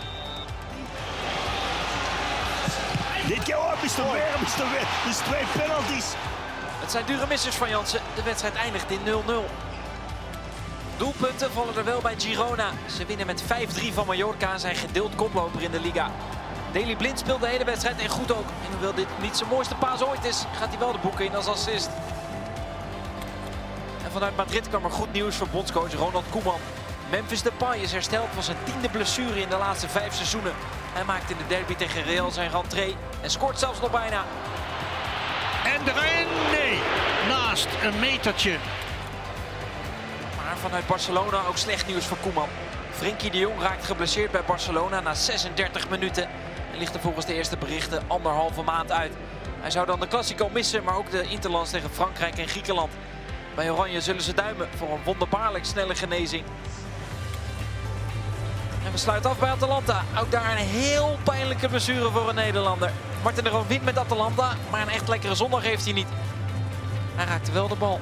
Dit keer op is er weer. Dus 2 penalties. Het zijn dure missers van Janssen. De wedstrijd eindigt in 0-0. Doelpunten vallen er wel bij Girona. Ze winnen met 5-3 van Mallorca en zijn gedeeld koploper in de Liga. Daley Blind speelt de hele wedstrijd en goed ook. En hoewel dit niet zijn mooiste paas ooit is, gaat hij wel de boeken in als assist. En vanuit Madrid kwam er goed nieuws voor bondscoach Ronald Koeman. Memphis Depay is hersteld van zijn 10e blessure in de laatste 5 seizoenen. Hij maakt in de derby tegen Real zijn rentree en scoort zelfs nog bijna. En erin, nee, naast een metertje. Maar vanuit Barcelona ook slecht nieuws voor Koeman. Frenkie de Jong raakt geblesseerd bij Barcelona na 36 minuten. En ligt er volgens de eerste berichten 1,5 maand uit. Hij zou dan de Classico missen, maar ook de Interlands tegen Frankrijk en Griekenland. Bij Oranje zullen ze duimen voor een wonderbaarlijk snelle genezing. En we sluiten af bij Atalanta. Ook daar een heel pijnlijke blessure voor een Nederlander. Martin de Roon wint met Atalanta, maar een echt lekkere zondag heeft hij niet. Hij raakte wel de bal.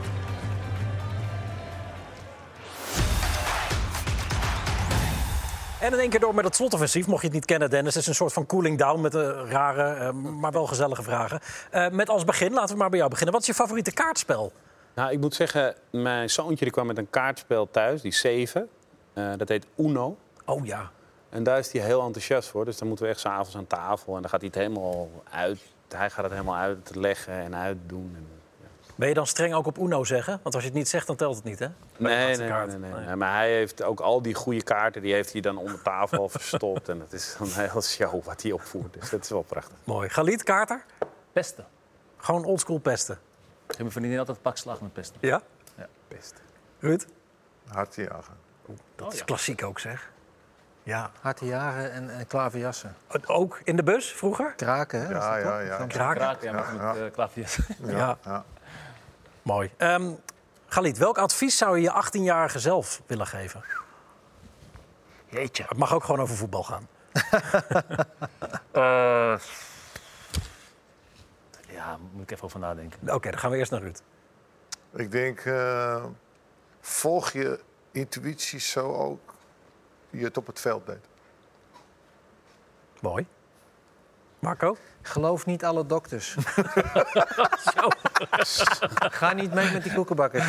En in één keer door met het slotoffensief, mocht je het niet kennen, Dennis. Het is een soort van cooling down met rare, maar wel gezellige vragen. Met als begin, laten we maar bij jou beginnen. Wat is je favoriete kaartspel? Nou, ik moet zeggen, mijn zoontje die kwam met een kaartspel thuis, die 7. Dat heet Uno. Oh ja. En daar is hij heel enthousiast voor. Dus dan moeten we echt 's avonds aan tafel. En dan gaat hij het helemaal uit. Hij gaat het helemaal uitleggen en uitdoen. En, Ben je dan streng ook op Uno zeggen? Want als je het niet zegt, dan telt het niet, hè? Nee. Maar hij heeft ook al die goede kaarten, die heeft hij dan onder tafel al verstopt. En dat is een hele show wat hij opvoert. Dus dat is wel prachtig. Mooi. Galit, kaarter? Pesten. Gewoon oldschool pesten. Ik heb mijn vriendin altijd pak slag met pesten. Ja? Ja. Best. Ruud? Hard jagen. Dat is klassiek ook, zeg. Ja. Harte jagen en klaverjassen. Ook in de bus vroeger? Kraken, hè? Ja. Kraken? Kraken, met klaviers. Ja. Mooi. Galit, welk advies zou je je 18-jarige zelf willen geven? Jeetje. Het mag ook gewoon over voetbal gaan. Ja, moet ik even over nadenken. Oké, dan gaan we eerst naar Ruud. Ik denk, volg je intuïtie zo ook je het op het veld deed. Mooi. Marco? Geloof niet alle dokters. Ga niet mee met die koekenbakkers.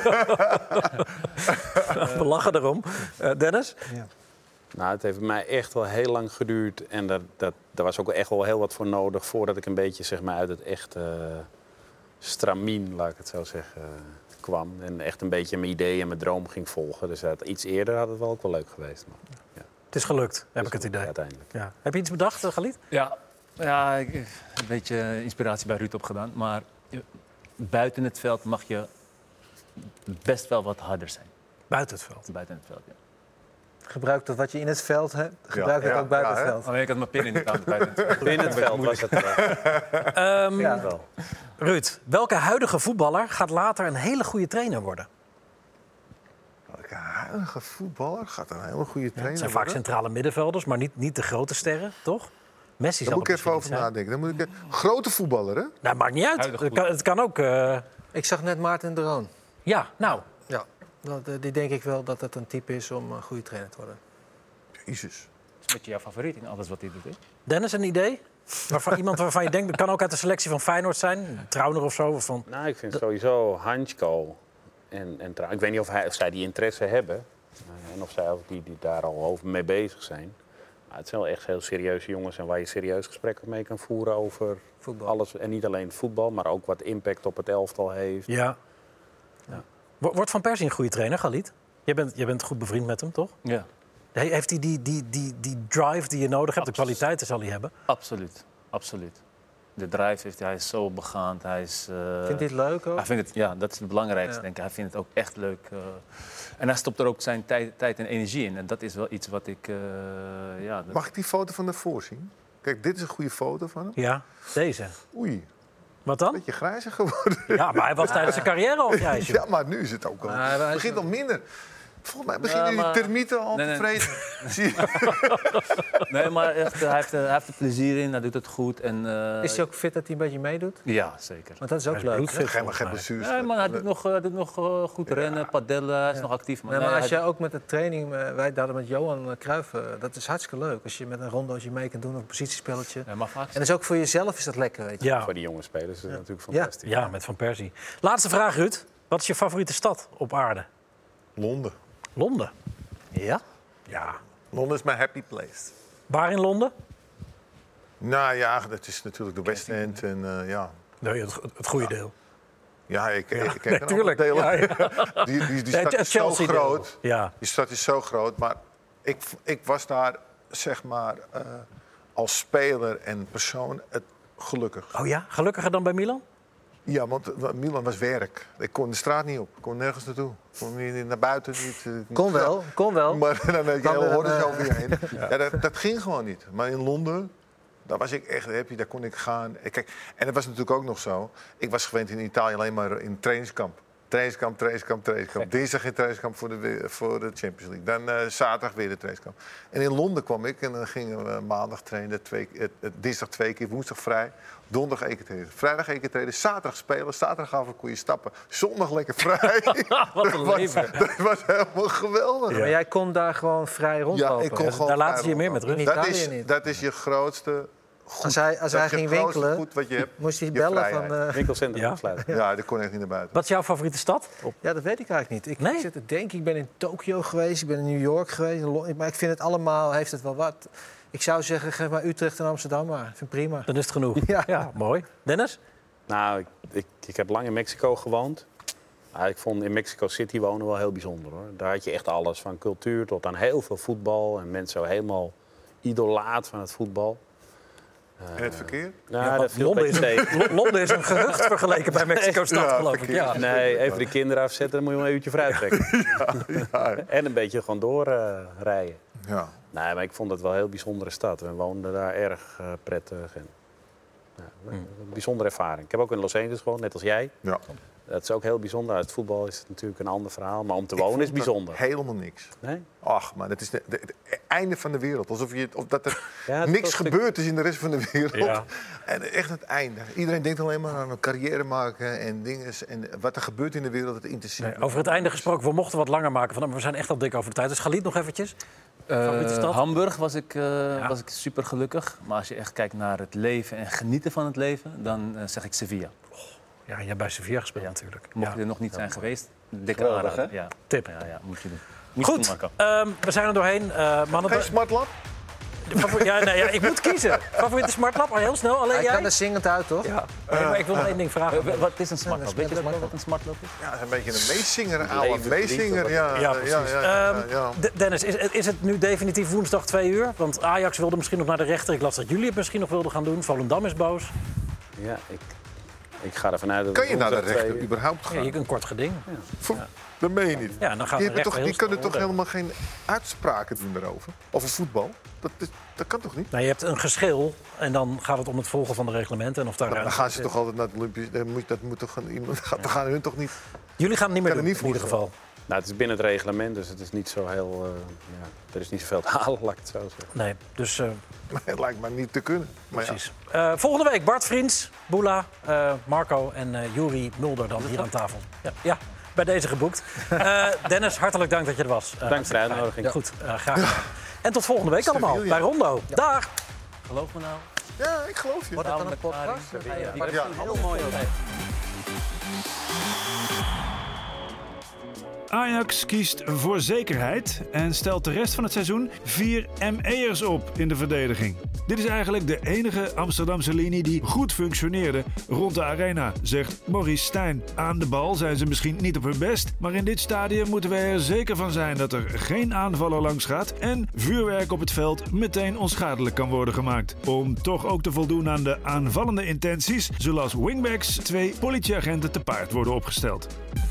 We lachen erom. Dennis? Ja. Nou, het heeft bij mij echt wel heel lang geduurd. En daar was ook echt wel heel wat voor nodig voordat ik een beetje zeg maar, uit het echte stramien, laat ik het zo zeggen, kwam. En echt een beetje mijn idee en mijn droom ging volgen. Dus iets eerder had het wel ook wel leuk geweest. Maar, ja. Het is gelukt, heb ik het idee. Uiteindelijk. Ja. Heb je iets bedacht, Galit? Ja, ik heb een beetje inspiratie bij Ruud opgedaan. Maar buiten het veld mag je best wel wat harder zijn. Buiten het veld. Buiten het veld, ja. Gebruik dat wat je in het veld hebt. Gebruik het ook buiten het veld. Alleen ik had mijn pin in de buiten het veld. In het veld was het Ja. wel. Ruud, welke huidige voetballer gaat later een hele goede trainer worden? Welke huidige voetballer gaat een hele goede Het trainer zijn vaak worden? centrale middenvelders, maar niet de grote sterren, toch? Messi Daar zal moet ik het even misschien over niet zijn. nadenken. Grote voetballer, hè? Nou, maakt niet uit. Huidige Het kan ook... Ik zag net Maarten de Roon. Ja, nou. Ja. Die denk ik wel dat het een type is om een goede trainer te worden. Jezus. Dat is een beetje jouw favoriet in alles wat hij doet, hè? Dennis, een idee? Iemand waarvan je denkt, dat kan ook uit de selectie van Feyenoord zijn. Trauner of zo. Of van... Nou, ik vind sowieso Hansko en ik weet niet of zij die interesse hebben. En of zij ook die daar al over mee bezig zijn. Maar het zijn wel echt heel serieuze jongens en waar je serieus gesprekken mee kan voeren over Voetbal. alles. En niet alleen voetbal, maar ook wat impact op het elftal heeft. Ja. Wordt Van Persie een goede trainer, Galit? Je bent goed bevriend met hem, toch? Ja, Heeft hij die drive die je nodig hebt? De kwaliteiten zal hij hebben. absoluut. Absoluut. De drive heeft hij is zo begaand. Hij is... Vindt hij het leuk ook? Hij vindt het, ja, dat is het belangrijkste, Ja. denk ik. Hij vindt het ook echt leuk. En hij stopt er ook zijn tijd en energie in. En dat is wel iets wat ik... Mag ik die foto van daarvoor zien? Kijk, dit is een goede foto van hem. Ja, deze. Oei, Wat dan? beetje grijzig geworden. Ja, maar hij was tijdens zijn carrière al grijs. joh. Ja, maar nu is het ook al. Het begint al minder. Volgens mij beginnen Ja, maar- die termieten al Nee, te nee. vreten. Zie je? Nee, maar echt, hij heeft er plezier in. Hij doet het goed. En, Is hij ook fit dat hij een beetje meedoet? Ja, zeker. Want dat is ook Hij is leuk. bloedfit. Geen blessures. Nee, maar hij doet nog goed rennen, padellen. Hij is nog actief. Nee, maar nee, als hij- je ook met de training, wij hadden met Johan Cruijff, dat is hartstikke leuk. Als je met een rondootje mee kan doen of een positiespelletje. Nee, maar vaak En dus ook voor jezelf is dat lekker, weet je. Ja. Voor die jonge spelers is het natuurlijk Ja. fantastisch. Ja, met Van Persie. Laatste vraag, Ruud. Wat is je favoriete stad op aarde? Londen. Londen. Ja? Ja. Londen is mijn happy place. Waar in Londen? Nou ja, dat is natuurlijk de West End. En ja, Nee, het goede deel. ja, ik Nee, ken een tuurlijk. delen. Ja, ja. Die Nee, stad het is zo Chelsea-deel. groot. Ja. Die stad is zo groot. Maar ik was daar, zeg maar, als speler en persoon gelukkig. Oh ja? Gelukkiger dan bij Milan? Ja, want Milan was werk. Ik kon de straat niet op. Ik kon nergens naartoe. Ik kon niet naar buiten. Kon wel. Maar dan heb je Kwam hele er hordes een, over je heen. Ja, dat ging gewoon niet. Maar in Londen, daar was ik echt happy. Daar kon ik gaan. Kijk, en dat was natuurlijk ook nog zo. Ik was gewend in Italië alleen maar in trainingskamp. Trainingskamp. Dinsdag in trainingskamp voor de Champions League. Dan zaterdag weer de trainingskamp. En in Londen kwam ik en dan gingen we maandag trainen. Dinsdag 2 keer, woensdag vrij. Donderdag 1 keer trainen. Vrijdag 1 keer trainen. Zaterdag spelen. Zaterdagavond kon je stappen. Zondag lekker vrij. Wat een leven. Dat was helemaal geweldig. Maar jij kon daar gewoon vrij rondlopen. Ja, ik kon gewoon Daar laten ze vrij je meer met rondlopen. rust. In Italië niet. Dat is je grootste goed. Als hij Dat ging is je grootste winkelen, goed wat je hebt. moest hij je bellen vrijheid. van... Winkelcentrum Ja. afsluiten. Ja, dat kon echt niet naar buiten. Wat is jouw favoriete stad? Ja, dat weet ik eigenlijk niet. Nee? Ik zit te denken, ik ben in Tokio geweest, ik ben in New York geweest. Maar ik vind het allemaal, heeft het wel wat. Ik zou zeggen, geef maar Utrecht en Amsterdam maar. Ik vind het prima. Dan is het genoeg. Ja. Ja, mooi. Dennis? Nou, ik heb lang in Mexico gewoond. Maar ik vond in Mexico City wonen wel heel bijzonder, hoor. Daar had je echt alles, van cultuur tot aan heel veel voetbal. En mensen zo helemaal idolaat van het voetbal. En het verkeer? Nou, dat viel Londen een beetje tegen. Londen is een gerucht vergelijken bij Mexico-stad, Ja, geloof ik. verkeer. Ja. Nee, even de kinderen afzetten, dan moet je wel een uurtje vooruit trekken. En een beetje gewoon doorrijden. Ja. Nee, maar ik vond het wel een heel bijzondere stad. We woonden daar erg prettig. En, een bijzondere ervaring. Ik heb ook in Los Angeles gewoond, net als jij. Ja. Dat is ook heel bijzonder. Het voetbal is natuurlijk een ander verhaal. Maar om te wonen is bijzonder. Helemaal niks. Nee? Ach, maar het is het einde van de wereld. Alsof dat er Ja, niks gebeurd is in de rest van de wereld. Ja. En echt het einde. Iedereen denkt alleen maar aan een carrière maken en dingen. En wat er gebeurt in de wereld, dat interesseert me. Over het einde gesproken, we mochten wat langer maken. Maar we zijn echt al dik over de tijd. Dus Galit nog eventjes. Favoriete stad? Hamburg was ik super gelukkig. Maar als je echt kijkt naar het leven en genieten van het leven, dan zeg ik Sevilla. Ja, je hebt bij Sevilla gespeeld natuurlijk. Mocht je er nog niet zijn geweest, dikke Geweldig, aanrader. hè? Ja. Tip. Ja, moet je doen. Goed, we zijn er doorheen. Mannen, Geen smartlap? ik moet kiezen. Favoriete smartlap, maar heel snel. Alleen Hij jij? kan er zingend uit, toch? Ja. Nee, maar ik wil nog één ding vragen. Wat is een smartlap? Weet je wat een smartlap is? Ja, een beetje een meezinger, oude meezinger. Ja, precies. Ja. Dennis, is het nu definitief woensdag 2 uur? Want Ajax wilde misschien nog naar de rechter. Ik las dat jullie het misschien nog wilden gaan doen. Volendam is boos. Ja, ik ga ervan uit dat Kan het je naar de woensdag rechter überhaupt Ja, gaan? je kunt een kort geding. Dat meen je niet. Ja, dan gaat de rechter heel Die snel kunnen toch oordelen. helemaal geen uitspraken doen daarover? Over voetbal? Dat kan toch niet? Nou, je hebt een geschil en dan gaat het om het volgen van de reglementen. En of daar Dan ruimte gaan ze is. toch altijd naar het Olympisch... Dat moet toch iemand... Dan gaan hun toch niet... Jullie gaan het niet meer kan doen, er niet in ieder geval. Nou, het is binnen het reglement, dus het is niet zo heel... er is niet zoveel te halen, laat ik het zo zeggen. Nee, dus Het lijkt me niet te kunnen. Maar ja. precies. Volgende week Bart Vriends, Boela, Marco en Juri Mulder dan hier aan tafel. Ja, bij deze geboekt. Dennis, hartelijk dank dat je er was. Dank voor de uitnodiging. Goed, graag gedaan. En tot volgende week allemaal Sevilla. bij Rondo. Dag! Geloof me nou. Ja, ik geloof je. Wordt het dan een podcast? Ja. Heel mooi. Ajax kiest voor zekerheid en stelt de rest van het seizoen 4 ME'ers op in de verdediging. Dit is eigenlijk de enige Amsterdamse linie die goed functioneerde rond de arena, zegt Maurice Stijn. Aan de bal zijn ze misschien niet op hun best, maar in dit stadium moeten wij er zeker van zijn dat er geen aanvaller langs gaat en vuurwerk op het veld meteen onschadelijk kan worden gemaakt. Om toch ook te voldoen aan de aanvallende intenties zullen als wingbacks 2 politieagenten te paard worden opgesteld.